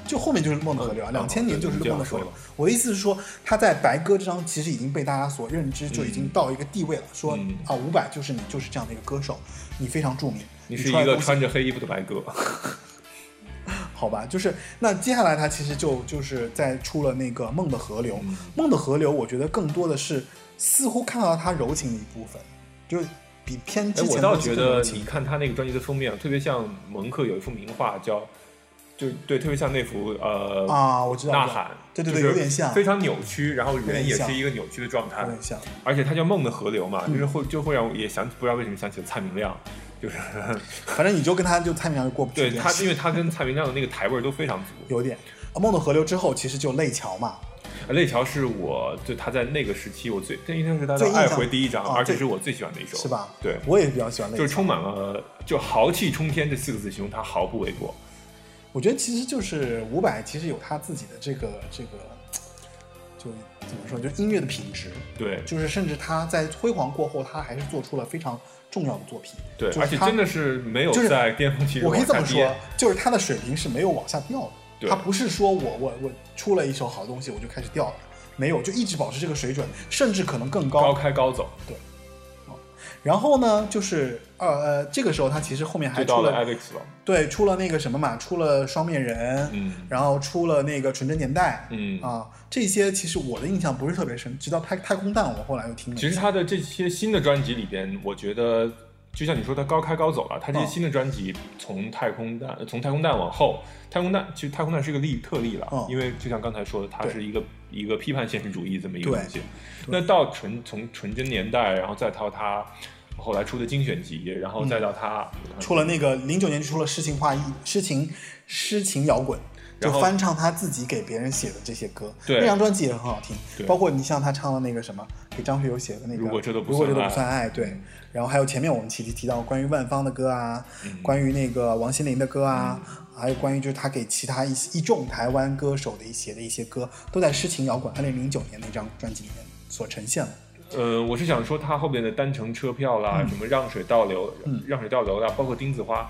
就后面就是梦的河流啊，2000年就是梦的河流。 了。 我的意思是说，他在白鸽这张其实已经被大家所认知，就已经到一个地位了。说伍佰就是你，就是这样的一个歌手，你非常著名， 你是一个穿着黑衣服的白鸽。 好吧，就是那接下来他其实就是在出了那个梦的河流，梦的河流，我觉得更多的是似乎看到他柔情的一部分，就是比偏之前。 我倒觉得你看他那个专辑的封面，特别像蒙克有一幅名画叫。就对，特别像那幅我知道呐喊， 对，有点像， 非常扭曲，然后人也是一个扭曲的状态， 有点像。 而且它叫梦的河流嘛，就会让我也想起，不知道为什么想起了蔡明亮，就是反正你就跟他就蔡明亮就过不去。 对他，因为他跟蔡明亮的那个台味都非常足， 有点。梦的河流之后，其实就泪桥嘛。 泪桥是就他在那个时期我这应该是他的爱回第一张，而且是我最喜欢的一首， 是吧？ 对， 我也比较喜欢泪桥， 就是充满了就豪气冲天这4个字形容他毫不为过。 我觉得其实就是伍佰，其实有他自己的这个，就怎么说，就音乐的品质。 对， 就是甚至他在辉煌过后，他还是做出了非常重要的作品。 对，而且真的是没有在巅峰期我可以这么说，就是他的水平是没有往下掉的。他不是说我出了一首好东西我就开始掉了，没有，就一直保持这个水准，甚至可能更高， 高开高走。 对。然后呢，就是这个时候他其实后面还出了 Alex 了， 对，出了那个什么嘛，出了双面人，然后出了那个纯真年代，这些其实我的印象不是特别深，直到太空蛋我后来又听了。 其实他的这些新的专辑里边，我觉得就像你说他高开高走了，他这些新的专辑从太空蛋往后，其实太空蛋是一个特例了，因为就像刚才说的，它是一个批判现实主义这么一个东西。那到从纯真年代，然后再到他后来出的精选集，然后再到他出了那个09年就出了诗情摇滚，就翻唱他自己给别人写的这些歌，那张专辑也很好听。包括你像他唱的那个什么，给张学友写的那个如果这都不算爱，对。然后还有前面我们提到关于万芳的歌啊，关于那个王心凌的歌啊，还有关于就是他给其他一众台湾歌手的一些歌，都在诗情摇滚2009年那张专辑里面所呈现了。 我是想说他后边的单程车票啦，什么让水倒流啦，包括钉子花，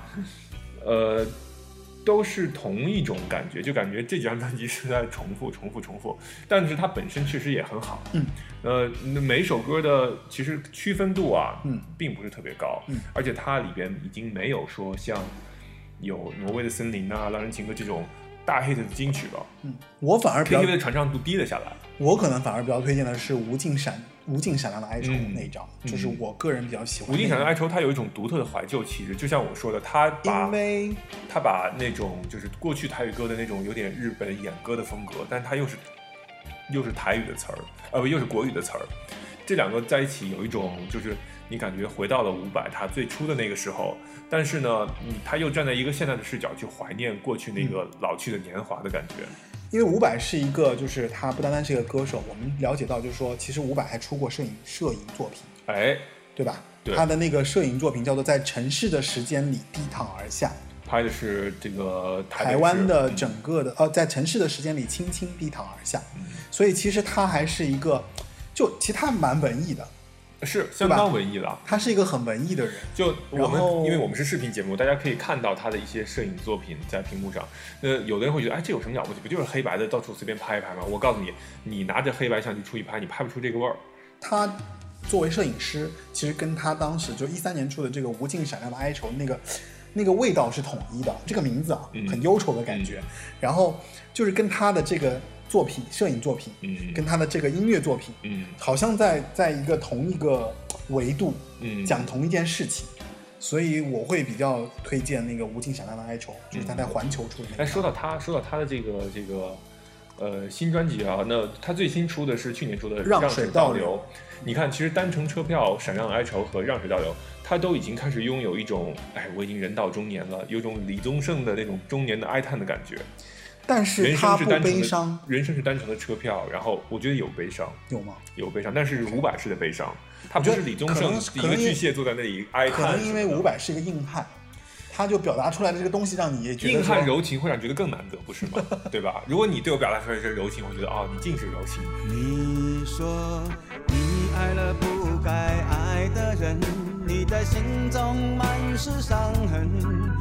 都是同一种感觉，就感觉这几张专辑是在重复，但是它本身确实也很好。每一首歌的其实区分度啊，并不是特别高，而且它里边已经没有说像有挪威的森林啊、浪人情歌这种大 hit 的金曲了。 我反而 KTV 的传唱度低了下来。 我可能反而比较推荐的是无尽闪亮的哀愁那一张，就是我个人比较喜欢。 无尽闪亮的哀愁，它有一种独特的怀旧气质，就像我说的，他把那种就是过去台语歌的那种有点日本演歌的风格，但它又是台语的词儿，又是国语的词儿，这两个在一起有一种就是你感觉回到了伍佰他最初的那个时候，但是呢，他又站在一个现在的视角去怀念过去那个老去的年华的感觉。 因为伍佰是一个，就是他不单单是一个歌手，我们了解到就是说，其实伍佰还出过摄影作品，对吧？ 对， 他的那个摄影作品叫做《在城市的时间里低躺而下》， 拍的是这个台湾的整个的在城市的时间里轻轻低躺而下，所以其实他还是一个，其实他蛮文艺的。 是相当文艺了， 他是一个很文艺的人。 就我们，因为我们是视频节目，大家可以看到他的一些摄影作品在屏幕上。有的人会觉得，这有什么了不起？不就是黑白的，到处随便拍一拍吗？我告诉你，你拿着黑白相机出去拍，你拍不出这个味儿。 他作为摄影师，其实跟他当时就13年出的这个《无尽闪亮的哀愁》那个味道是统一的。这个名字啊，很忧愁的感觉。然后就是跟他的这个作品，摄影作品，跟他的这个音乐作品，好像在一个同一个维度，讲同一件事情，所以我会比较推荐那个《无尽闪亮的哀愁》，就是他在环球出的那个。 说到他的这个新专辑啊，那他最新出的是去年出的《让水倒流》。你看，其实单程车票、闪亮的哀愁和让水倒流，他都已经开始拥有一种，我已经人到中年了，有种李宗盛的那种中年的哀叹的感觉。 但是他不悲伤， 人生是单程的车票，然后我觉得有悲伤， 有吗？ 有悲伤，但是伍佰式的悲伤，他不是李宗盛一个巨蟹坐在那里哀叹。 可能因为伍佰是一个硬汉，他就表达出来的这个东西让你也觉得硬汉柔情会让你觉得更难得，不是吗？对吧？如果你对我表达出来是柔情，我觉得你尽是柔情。 你说你爱了不该爱的人，你的心中满是伤痕。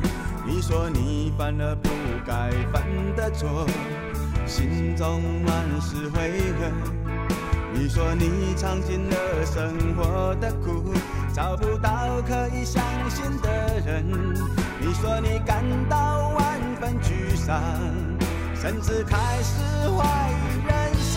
你说你犯了不该犯的错，心中满是悔恨。你说你尝尽了生活的苦，找不到可以相信的人。你说你感到万分沮丧，甚至开始怀疑人生。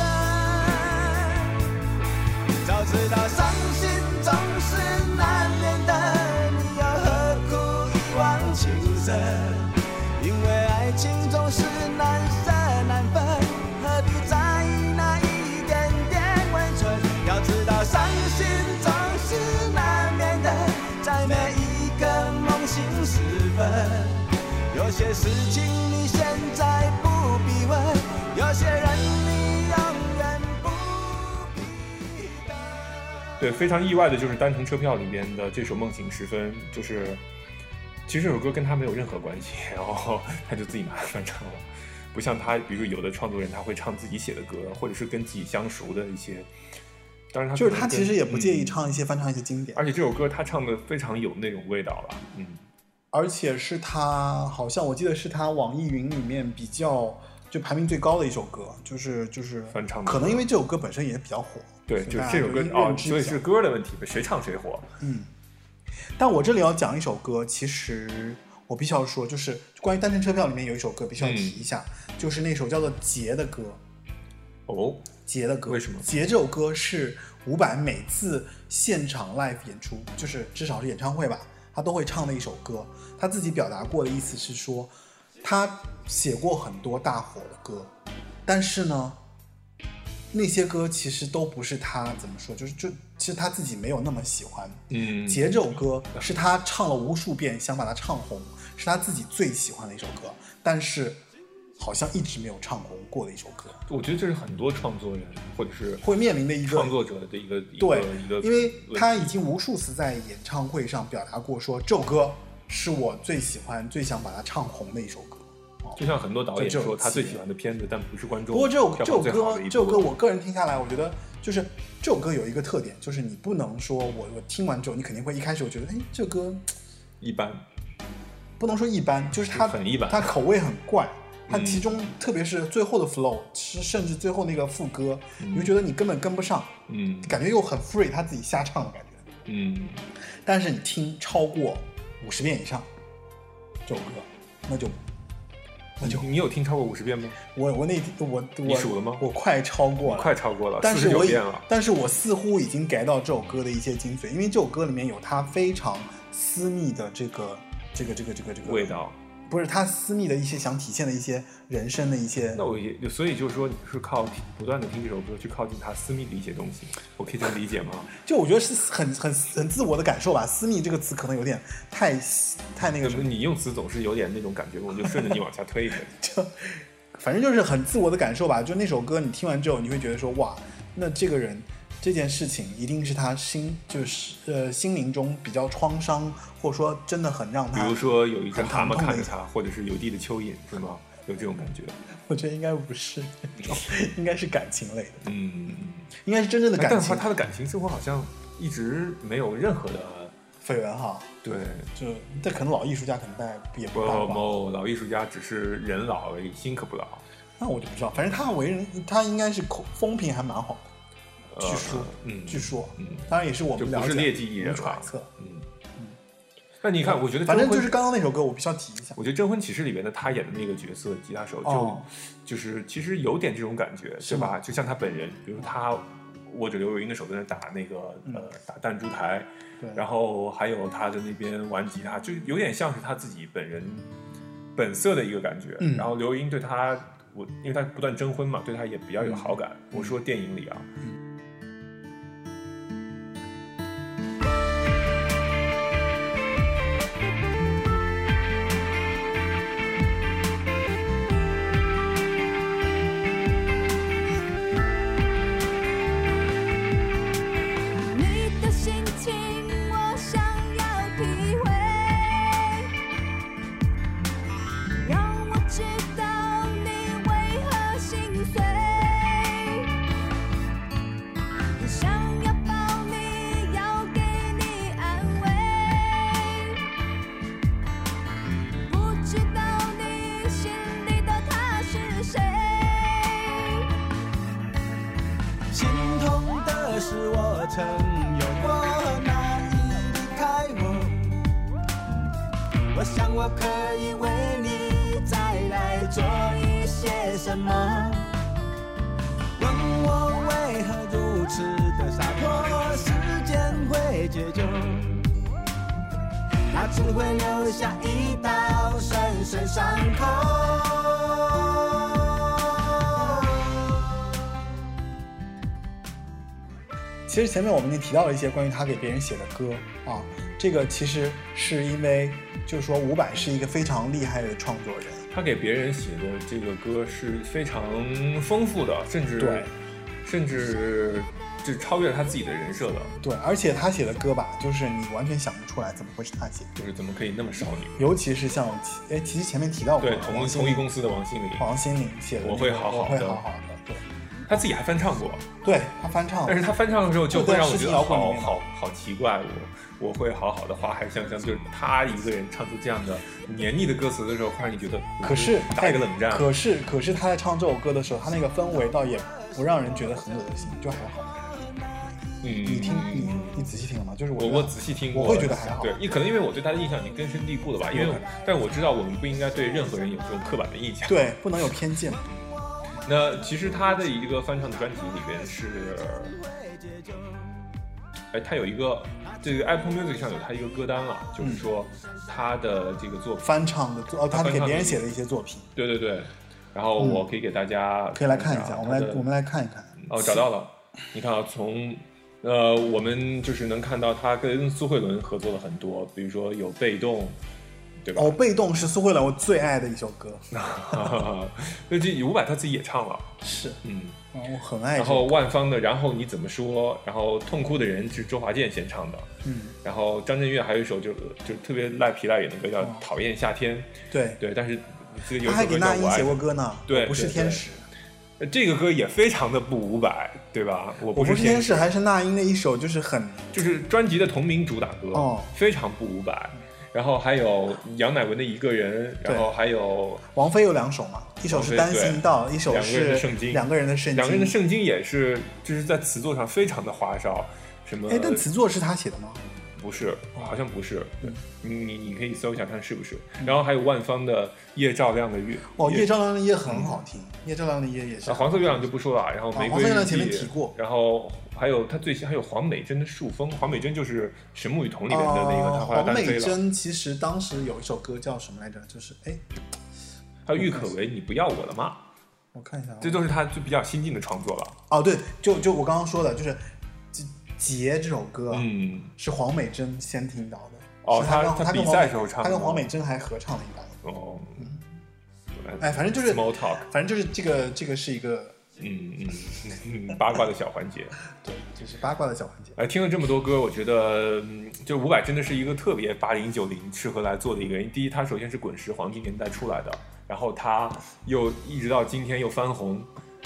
早知道伤心总是难免的，你又何苦一往情深？因为爱情总是难舍难分，何必在意那一点点温存？要知道伤心总是难免的，在每一个梦醒时分。有些事情你现在不必问，有些人你永远不必等。 对，非常意外的就是单程车票里边的这首《梦醒时分》，就是其实这首歌跟他没有任何关系，然后他就自己拿来翻唱了，不像他，比如有的创作人他会唱自己写的歌，或者是跟自己相熟的一些。当然就是他其实也不介意唱一些翻唱一些经典， 而且这首歌他唱的非常有那种味道了， 而且是他好像我记得是他网易云里面比较就排名最高的一首歌，就是翻唱的， 可能因为这首歌本身也比较火， 对，就是这首歌所以是歌的问题，谁唱谁火。 但我这里要讲一首歌，其实我必须要说，就是关于单程车票里面有一首歌必须要提一下，就是那首叫做《劫》的歌。劫的歌， 为什么？ 劫这首歌是伍佰每次现场 live 演出，就是至少是演唱会吧，他都会唱的一首歌。他自己表达过的意思是说，他写过很多大火的歌，但是呢，那些歌其实都不是他怎么说，就其实他自己没有那么喜欢。劫这首歌是他唱了无数遍，想把它唱红，是他自己最喜欢的一首歌，但是好像一直没有唱红过的一首歌。 我觉得这是很多创作人或者是会面临的一个创作者的一个对，因为他已经无数次在演唱会上表达过说，这首歌是我最喜欢、最想把它唱红的一首歌。 就像很多导演说他最喜欢的片子，但不是观众。 不过这首歌，我个人听下来，我觉得就是这首歌有一个特点，就是你不能说我听完之后，你肯定会一开始我觉得，哎，这歌一般， 不能说一般，就是它很一般， 它口味很怪。它其中特别是最后的 flow，甚至最后那个副歌，你会觉得你根本跟不上，感觉又很 free， 他自己瞎唱的感觉，但是你听超过50遍以上这首歌，那就你有听超过50遍吗？ 我你数了吗？ 我快超过了， 快超过了， 但是 49遍了。 但是我似乎已经 get 到这首歌的一些精髓，因为这首歌里面有他非常私密的这个味道。 不是他私密的一些想体现的一些人生的一些， 那我也所以就是说你是靠不断的听这首歌去靠近他私密的一些东西，我可以这么理解吗？ 就我觉得是很自我的感受吧，私密这个词可能有点太那个什么， 你用词总是有点那种感觉，我就顺着你往下推一推。 就反正就是很自我的感受吧。就那首歌你听完之后，你会觉得说哇，那这个人这件事情一定是他心灵中比较创伤，或者说真的很让他， 比如说有一只蛤蟆看着他，或者是有地的蚯蚓，是吗？有这种感觉？ 我觉得应该不是那种，应该是感情类的，应该是真正的感情。 但他的感情生活好像一直没有任何的绯闻哈。对，就这可能老艺术家可能也不大吧。 老艺术家只是人老而已，心可不老。 那我就不知道，反正他为人，他应该是风评还蛮好的。据说，当然也是我们了解， 不是劣迹艺人揣测。 那你看，我觉得反正就是刚刚那首歌，我必须要提一下。 我觉得《征婚启事》里面的他演的那个角色吉他手，就是其实有点这种感觉，对吧？就像他本人，比如他握着刘若英的手在那打那个打弹珠台，然后还有他在那边玩吉他，就有点像是他自己本人本色的一个感觉。然后刘若英对他，因为他不断征婚嘛，对他也比较有好感。我说电影里啊。 我曾有过难以离开我想我可以为你再来做一些什么，问我为何如此的洒脱，时间会解救，它只会留下一道深深伤口。 其实前面我们已经提到了一些关于他给别人写的歌啊，这个其实是因为就是说伍佰是一个非常厉害的创作人， 他给别人写的这个歌是非常丰富的，甚至就超越了他自己的人设的。 对，而且他写的歌吧，就是你完全想不出来怎么会是他写的， 就是怎么可以那么少女？ 尤其是像其实前面提到过， 对，同一公司的王心凌写的、那个， 我会好好的， 对， 他自己还翻唱过， 对他翻唱， 但是他翻唱的时候就会让我觉得好奇怪，我会好好的花海香香，就是他一个人唱出这样的黏腻的歌词的时候，会让你觉得可是打一个冷战。 可是他在唱这首歌的时候，他那个氛围倒也不让人觉得很恶心，就还好。你仔细听了吗？就是我仔细听过， 我会觉得还好。 对，可能因为我对他的印象已经根深蒂固了吧，但是我知道我们不应该对任何人有这种刻板的印象， 对，不能有偏见。 那其实他的一个翻唱的专辑里边是，他有一个这个 Apple Music 上有他一个歌单了，就是说他的这个作品翻唱的他给别人写的一些作品。 对，然后我可以给大家可以来看一下，我们来看一看。 哦，找到了，你看啊，从我们就是能看到他跟苏慧伦合作了很多，比如说有被动。对吧？ 被动是苏慧伦我最爱的一首歌。 那这伍佰他自己也唱了， 是，我很爱。 然后万芳的，然后你怎么说？然后痛哭的人是周华健先唱的，然后张震岳还有一首就特别赖皮赖脸的歌叫《讨厌夏天》，对，但是他还给那英写过歌呢， 对， 不是天使。 这个歌也非常的不伍佰，对吧？我不是天使，还是那英的一首，就是专辑的同名主打歌，非常不伍佰。然后还有杨乃文的一个人，然后还有王菲有2首嘛，一首是单行道，一首是两个人的圣经。 两个人的圣经也是就是在词作上非常的花哨，什么？ 但词作是他写的吗？ 不是，好像不是。对，你可以搜一下看是不是。然后还有万芳的《夜照亮的夜》， 夜照亮的夜很好听，夜照亮的夜也是。 黄色月亮就不说了，然后玫瑰黄色月亮前面提过， 然后还有他最新还有黄美珍的《树风》，黄美珍就是《神木与瞳》里面的那个，他后来单飞了。 黄美珍其实当时有一首歌叫什么来着？就是还有郁可唯《你不要我了吗》， 我看一下， 这都是他就比较新进的创作了。 对，就我刚刚说的，就是。结这首歌，是黄美珍先听到的。 他比赛时候唱的， 他跟黄美珍还合唱了一版。反正就是 small talk， 反正就是这个是一个八卦的小环节。 对，就是八卦的小环节。 听了这么多歌，我觉得就伍佰真的是一个特别80、90适合来做的一个人。第一，他首先是滚石黄金年代出来的，然后他又一直到今天又翻红。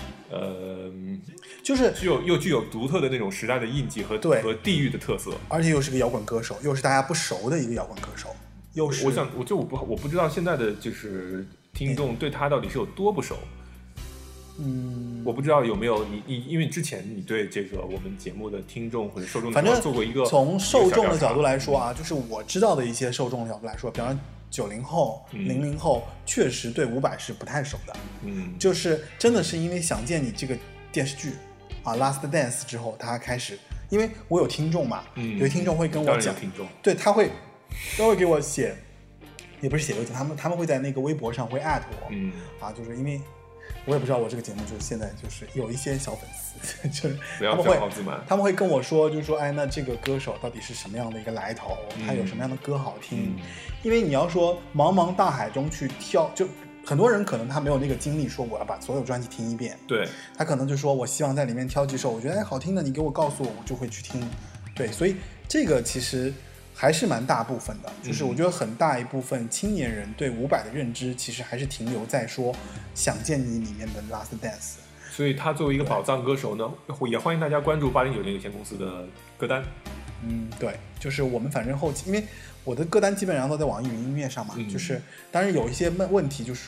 就是又具有独特的那种时代的印记和地域的特色， 而且又是个摇滚歌手，又是大家不熟的一个摇滚歌手，又是我不知道现在的就是听众对他到底是有多不熟。我不知道有没有你，因为之前你对这个我们节目的听众或者受众， 反正做过一个从受众的角度来说啊，就是我知道的一些受众的角度来说，比方说90后、00后，确实对伍佰是不太熟的。就是真的是因为想见你这个电视剧Last Dance 之后，他开始，因为我有听众嘛，有听众会跟我讲，对，都会给我写，也不是写邮件，他们会在那个微博上会@我，就是因为我也不知道我这个节目就是现在就是有一些小粉丝，就是他们会跟我说，就是说，那这个歌手到底是什么样的一个来头，他有什么样的歌好听？因为你要说茫茫大海中去挑，就很多人可能他没有那个精力说我要把所有专辑听一遍， 对， 他可能就说我希望在里面挑几首我觉得好听的，你给我告诉我，我就会去听。对，所以这个其实还是蛮大部分的，就是我觉得很大一部分青年人对伍佰的认知其实还是停留在说想见你里面的 Last Dance。 所以他作为一个宝藏歌手呢，也欢迎大家关注8090有限公司的歌单。 对，就是我们反正后期，因为我的歌单基本上都在网易云音乐上嘛，就是当然有一些问题，就是说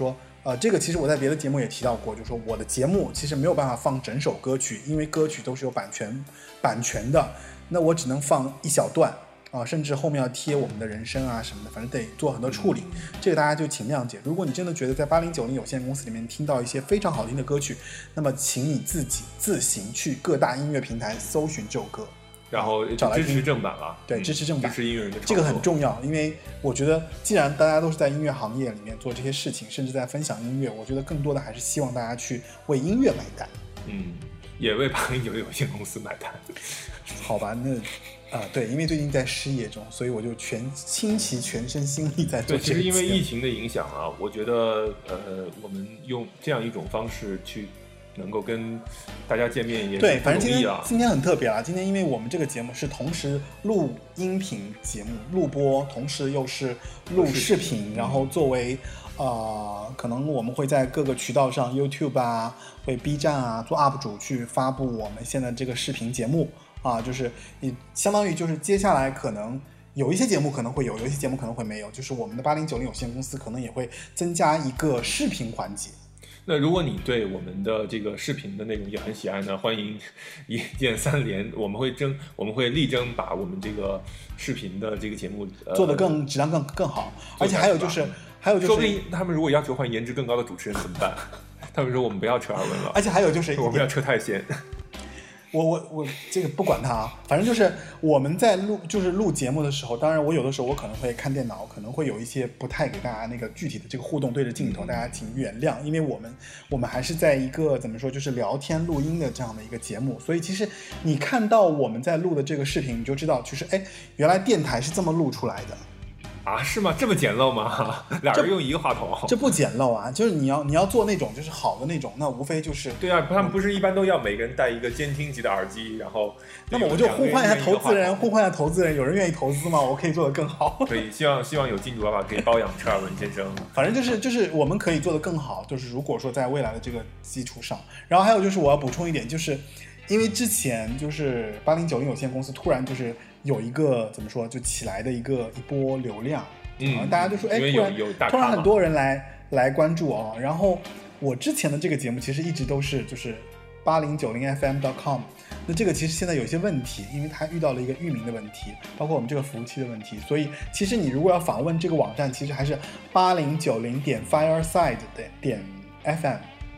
这个其实我在别的节目也提到过，就是说我的节目其实没有办法放整首歌曲，因为歌曲都是有版权的，那我只能放一小段啊，甚至后面要贴我们的人声啊什么的，反正得做很多处理，这个大家就请谅解。如果你真的觉得在8090有限公司里面听到一些非常好听的歌曲，那么请你自己自行去各大音乐平台搜寻这首歌， 然后支持正版啊， 对，支持正版， 支持音乐人的创作， 这个很重要。因为我觉得，既然大家都是在音乐行业里面做这些事情，甚至在分享音乐，我觉得更多的还是希望大家去为音乐买单。 也为8090有限公司买单。 好吧，那对，因为最近在失业中，所以我就倾其全身心力在做这个。 对，其实因为疫情的影响啊，我觉得我们用这样一种方式去能够跟大家见面也对，反正今天很特别啊！今天因为我们这个节目是同时录音频节目录播，同时又是录视频，然后作为可能我们会在各个渠道上 YouTube 啊，会 B 站啊做 UP 主去发布我们现在这个视频节目啊，就是也相当于就是接下来可能有一些节目可能会有一些节目可能会没有，就是我们的8090有限公司可能也会增加一个视频环节。 那如果你对我们的这个视频的内容也很喜爱呢，欢迎一键3连，我们会力争把我们这个视频的这个节目做得质量更好，而且还有就是说不定他们如果要求换颜值更高的主持人怎么办？他们说我们不要扯耳闻了， 而且还有就是我们要扯太闲。 我这个不管它啊，反正就是我们在录节目的时候，当然我有的时候我可能会看电脑，可能会有一些不太给大家那个具体的这个互动对着镜头，大家请原谅，因为我们还是在一个怎么说就是聊天录音的这样的一个节目，所以其实你看到我们在录的这个视频，你就知道就是原来电台是这么录出来的。 啊，是吗？这么简陋吗？俩人用一个话筒， 这不简陋啊！就是你要做那种就是好的那种，那无非就是对啊，他们不是一般都要每个人戴一个监听级的耳机，然后那么我就互换一下投资人，有人愿意投资吗？我可以做得更好。 可以，希望有金主爸爸可以包养车尔文先生。 反正就是我们可以做得更好，就是如果说在未来的这个基础上，然后还有就是我要补充一点，就是因为之前就是8090有限公司突然就是有一个怎么说就起来的一波流量，大家就说突然很多人来关注哦。然后我之前的这个节目其实一直都是就是8090fm.com， 那这个其实现在有一些问题，因为它遇到了一个域名的问题，包括我们这个服务器的问题，所以其实你如果要访问这个网站，其实还是8090.fireside.fm。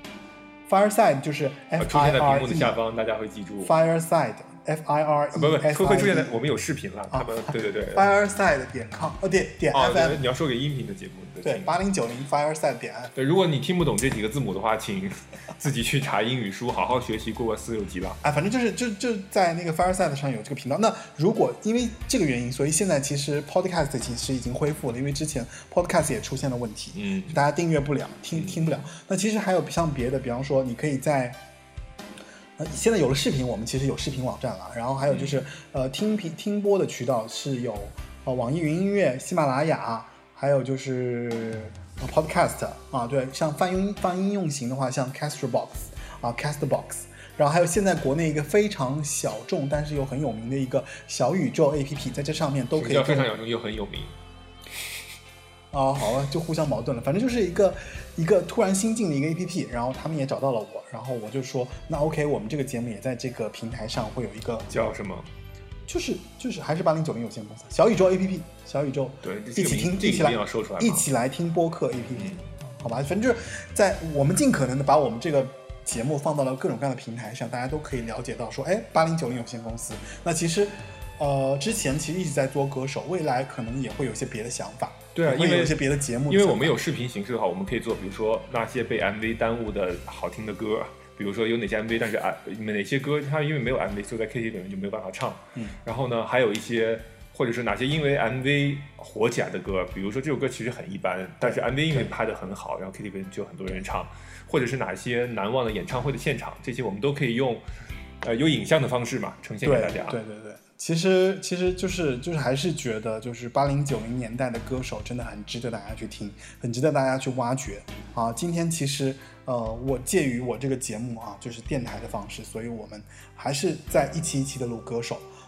Fireside 就是 FIRE， 出现在屏幕的下方，大家会记住 Fireside FIRE， 不会出现在我们有视频了，他们对 fireside.com 点 FM， 你要说给音频的节目， 对8090 fireside.fm。 对，如果你听不懂这几个字母的话，请自己去查英语书，好好学习，过个4、6级吧。 反正就在那个 Fireside 上有这个频道。那如果因为这个原因，所以现在其实 Podcast 其实已经恢复了，因为之前 Podcast 也出现了问题，大家订阅不了，听不了。那其实还有像别的，比方说你可以在现在有了视频，我们其实有视频网站了。然后还有就是听播的渠道是有网易云音乐、喜马拉雅，还有就是Podcast 啊，对，像泛音用型的话，像 Castbox 啊 Castbox， 然后还有现在国内一个非常小众但是又很有名的一个小宇宙 APP， 在这上面都可以。 非常小众又很有名。 好了，就互相矛盾了。反正就是一个突然新进的一个 APP， 然后他们也找到了我，然后我就说那 OK， 我们这个节目也在这个平台上会有一个叫什么？就是还是8090有限公司小宇宙 APP， 小宇宙对， 一起来听播客 APP，好吧？反正就是在我们尽可能的把我们这个节目放到了各种各样的平台上，大家都可以了解到说8090有限公司。那其实之前其实一直在做歌手，未来可能也会有一些别的想法。对啊， 因为有一些别的节目， 因为我们有视频形式的话，我们可以做，比如说那些被 MV 耽误的好听的歌，比如说有哪些 MV， 但是哪些歌它因为没有 MV， 所以在 KTV 里面就没有办法唱。然后呢，还有一些或者是哪些因为 MV 火起来的歌，比如说这首歌其实很一般，但是 MV 因为拍得很好，然后 KTV 就有很多人唱，或者是哪些难忘的演唱会的现场，这些我们都可以用有影像的方式嘛呈现给大家。 对。其实就是还是觉得就是80、90年代的歌手真的很值得大家去听，很值得大家去挖掘啊。今天其实我介于我这个节目啊就是电台的方式，所以我们还是在一期一期的录歌手。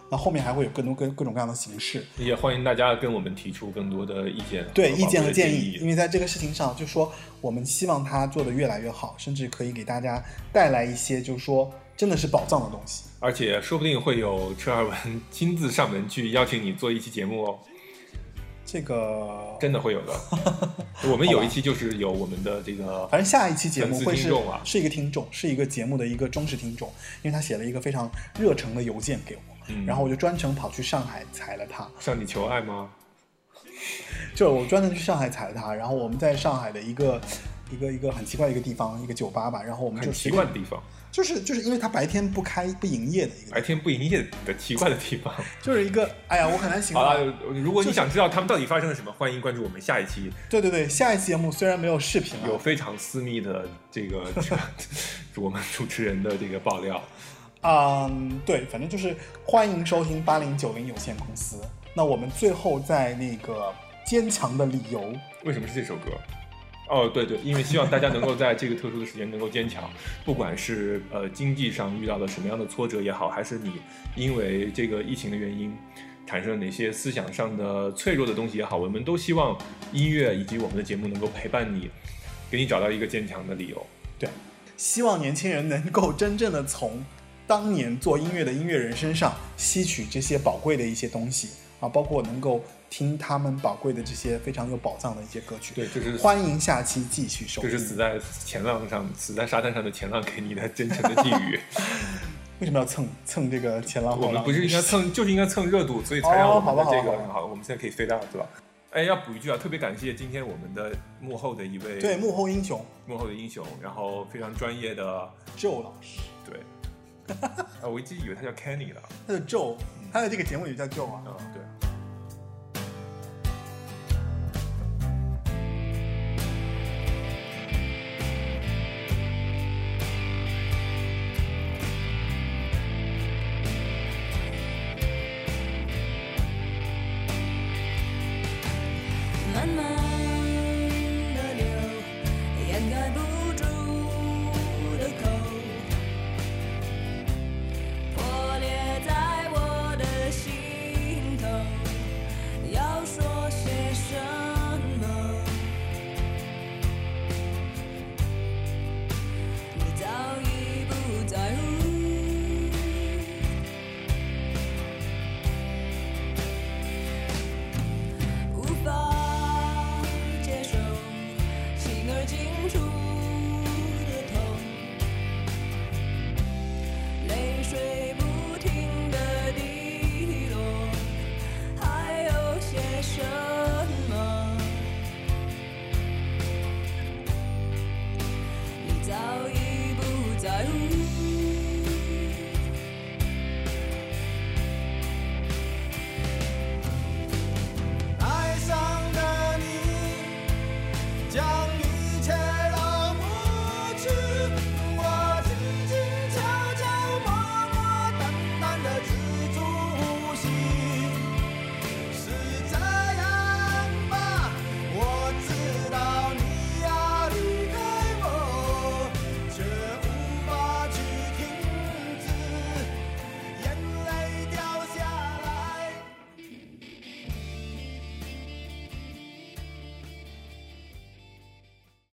那后面还会有更多各种各样的形式。 也欢迎大家跟我们提出更多的意见， 对，意见和建议。 因为在这个事情上，就说我们希望它做得越来越好，甚至可以给大家带来一些就是说真的是宝藏的东西。 而且说不定会有车尔文亲自上门去邀请你做一期节目哦。 这个真的会有的。我们有一期就是有我们的这个， 反正下一期节目会是是一个听众，是一个节目的一个忠实听众，因为他写了一个非常热诚的邮件给我，然后我就专程跑去上海采了他。 向你求爱吗？ 就我专程去上海采了他，然后我们在上海的一个很奇怪的一个地方，一个酒吧吧，然后我们就很奇怪的地方。 就是因为它白天不营业的一个白天不营业的奇怪的地方， 就是一个哎呀，我很难形容。 好了，如果你想知道他们到底发生了什么，欢迎关注我们下一期。 对，下一期节目虽然没有视频， 有非常私密的这个我们主持人的这个爆料。 对，反正就是欢迎收听8090有限公司。那我们最后在那个坚强的理由， 为什么是这首歌？哦，对，因为希望大家能够在这个特殊的时间能够坚强，不管是经济上遇到了什么样的挫折也好，还是你因为这个疫情的原因产生了哪些思想上的脆弱的东西也好，我们都希望音乐以及我们的节目能够陪伴你，给你找到一个坚强的理由。 对，希望年轻人能够真正的从当年做音乐的音乐人身上吸取这些宝贵的一些东西啊，包括能够听他们宝贵的这些非常有宝藏的一些歌曲。 对，就是欢迎下期继续收听。 这是死在前浪上、死在沙滩上的前浪给你的真诚的寄语。 为什么要蹭这个前浪后浪？ 我们不是应该蹭，就是应该蹭热度，所以才让我们的这个很好。我们现在可以飞到，对吧？哎，要补一句啊，特别感谢今天我们的幕后的一位幕后英雄， 然后非常专业的 Joe 老师。 对，我一直以为他叫 Kenny 了， 他叫 Joe，他的这个节目也叫 Joe 啊。 对。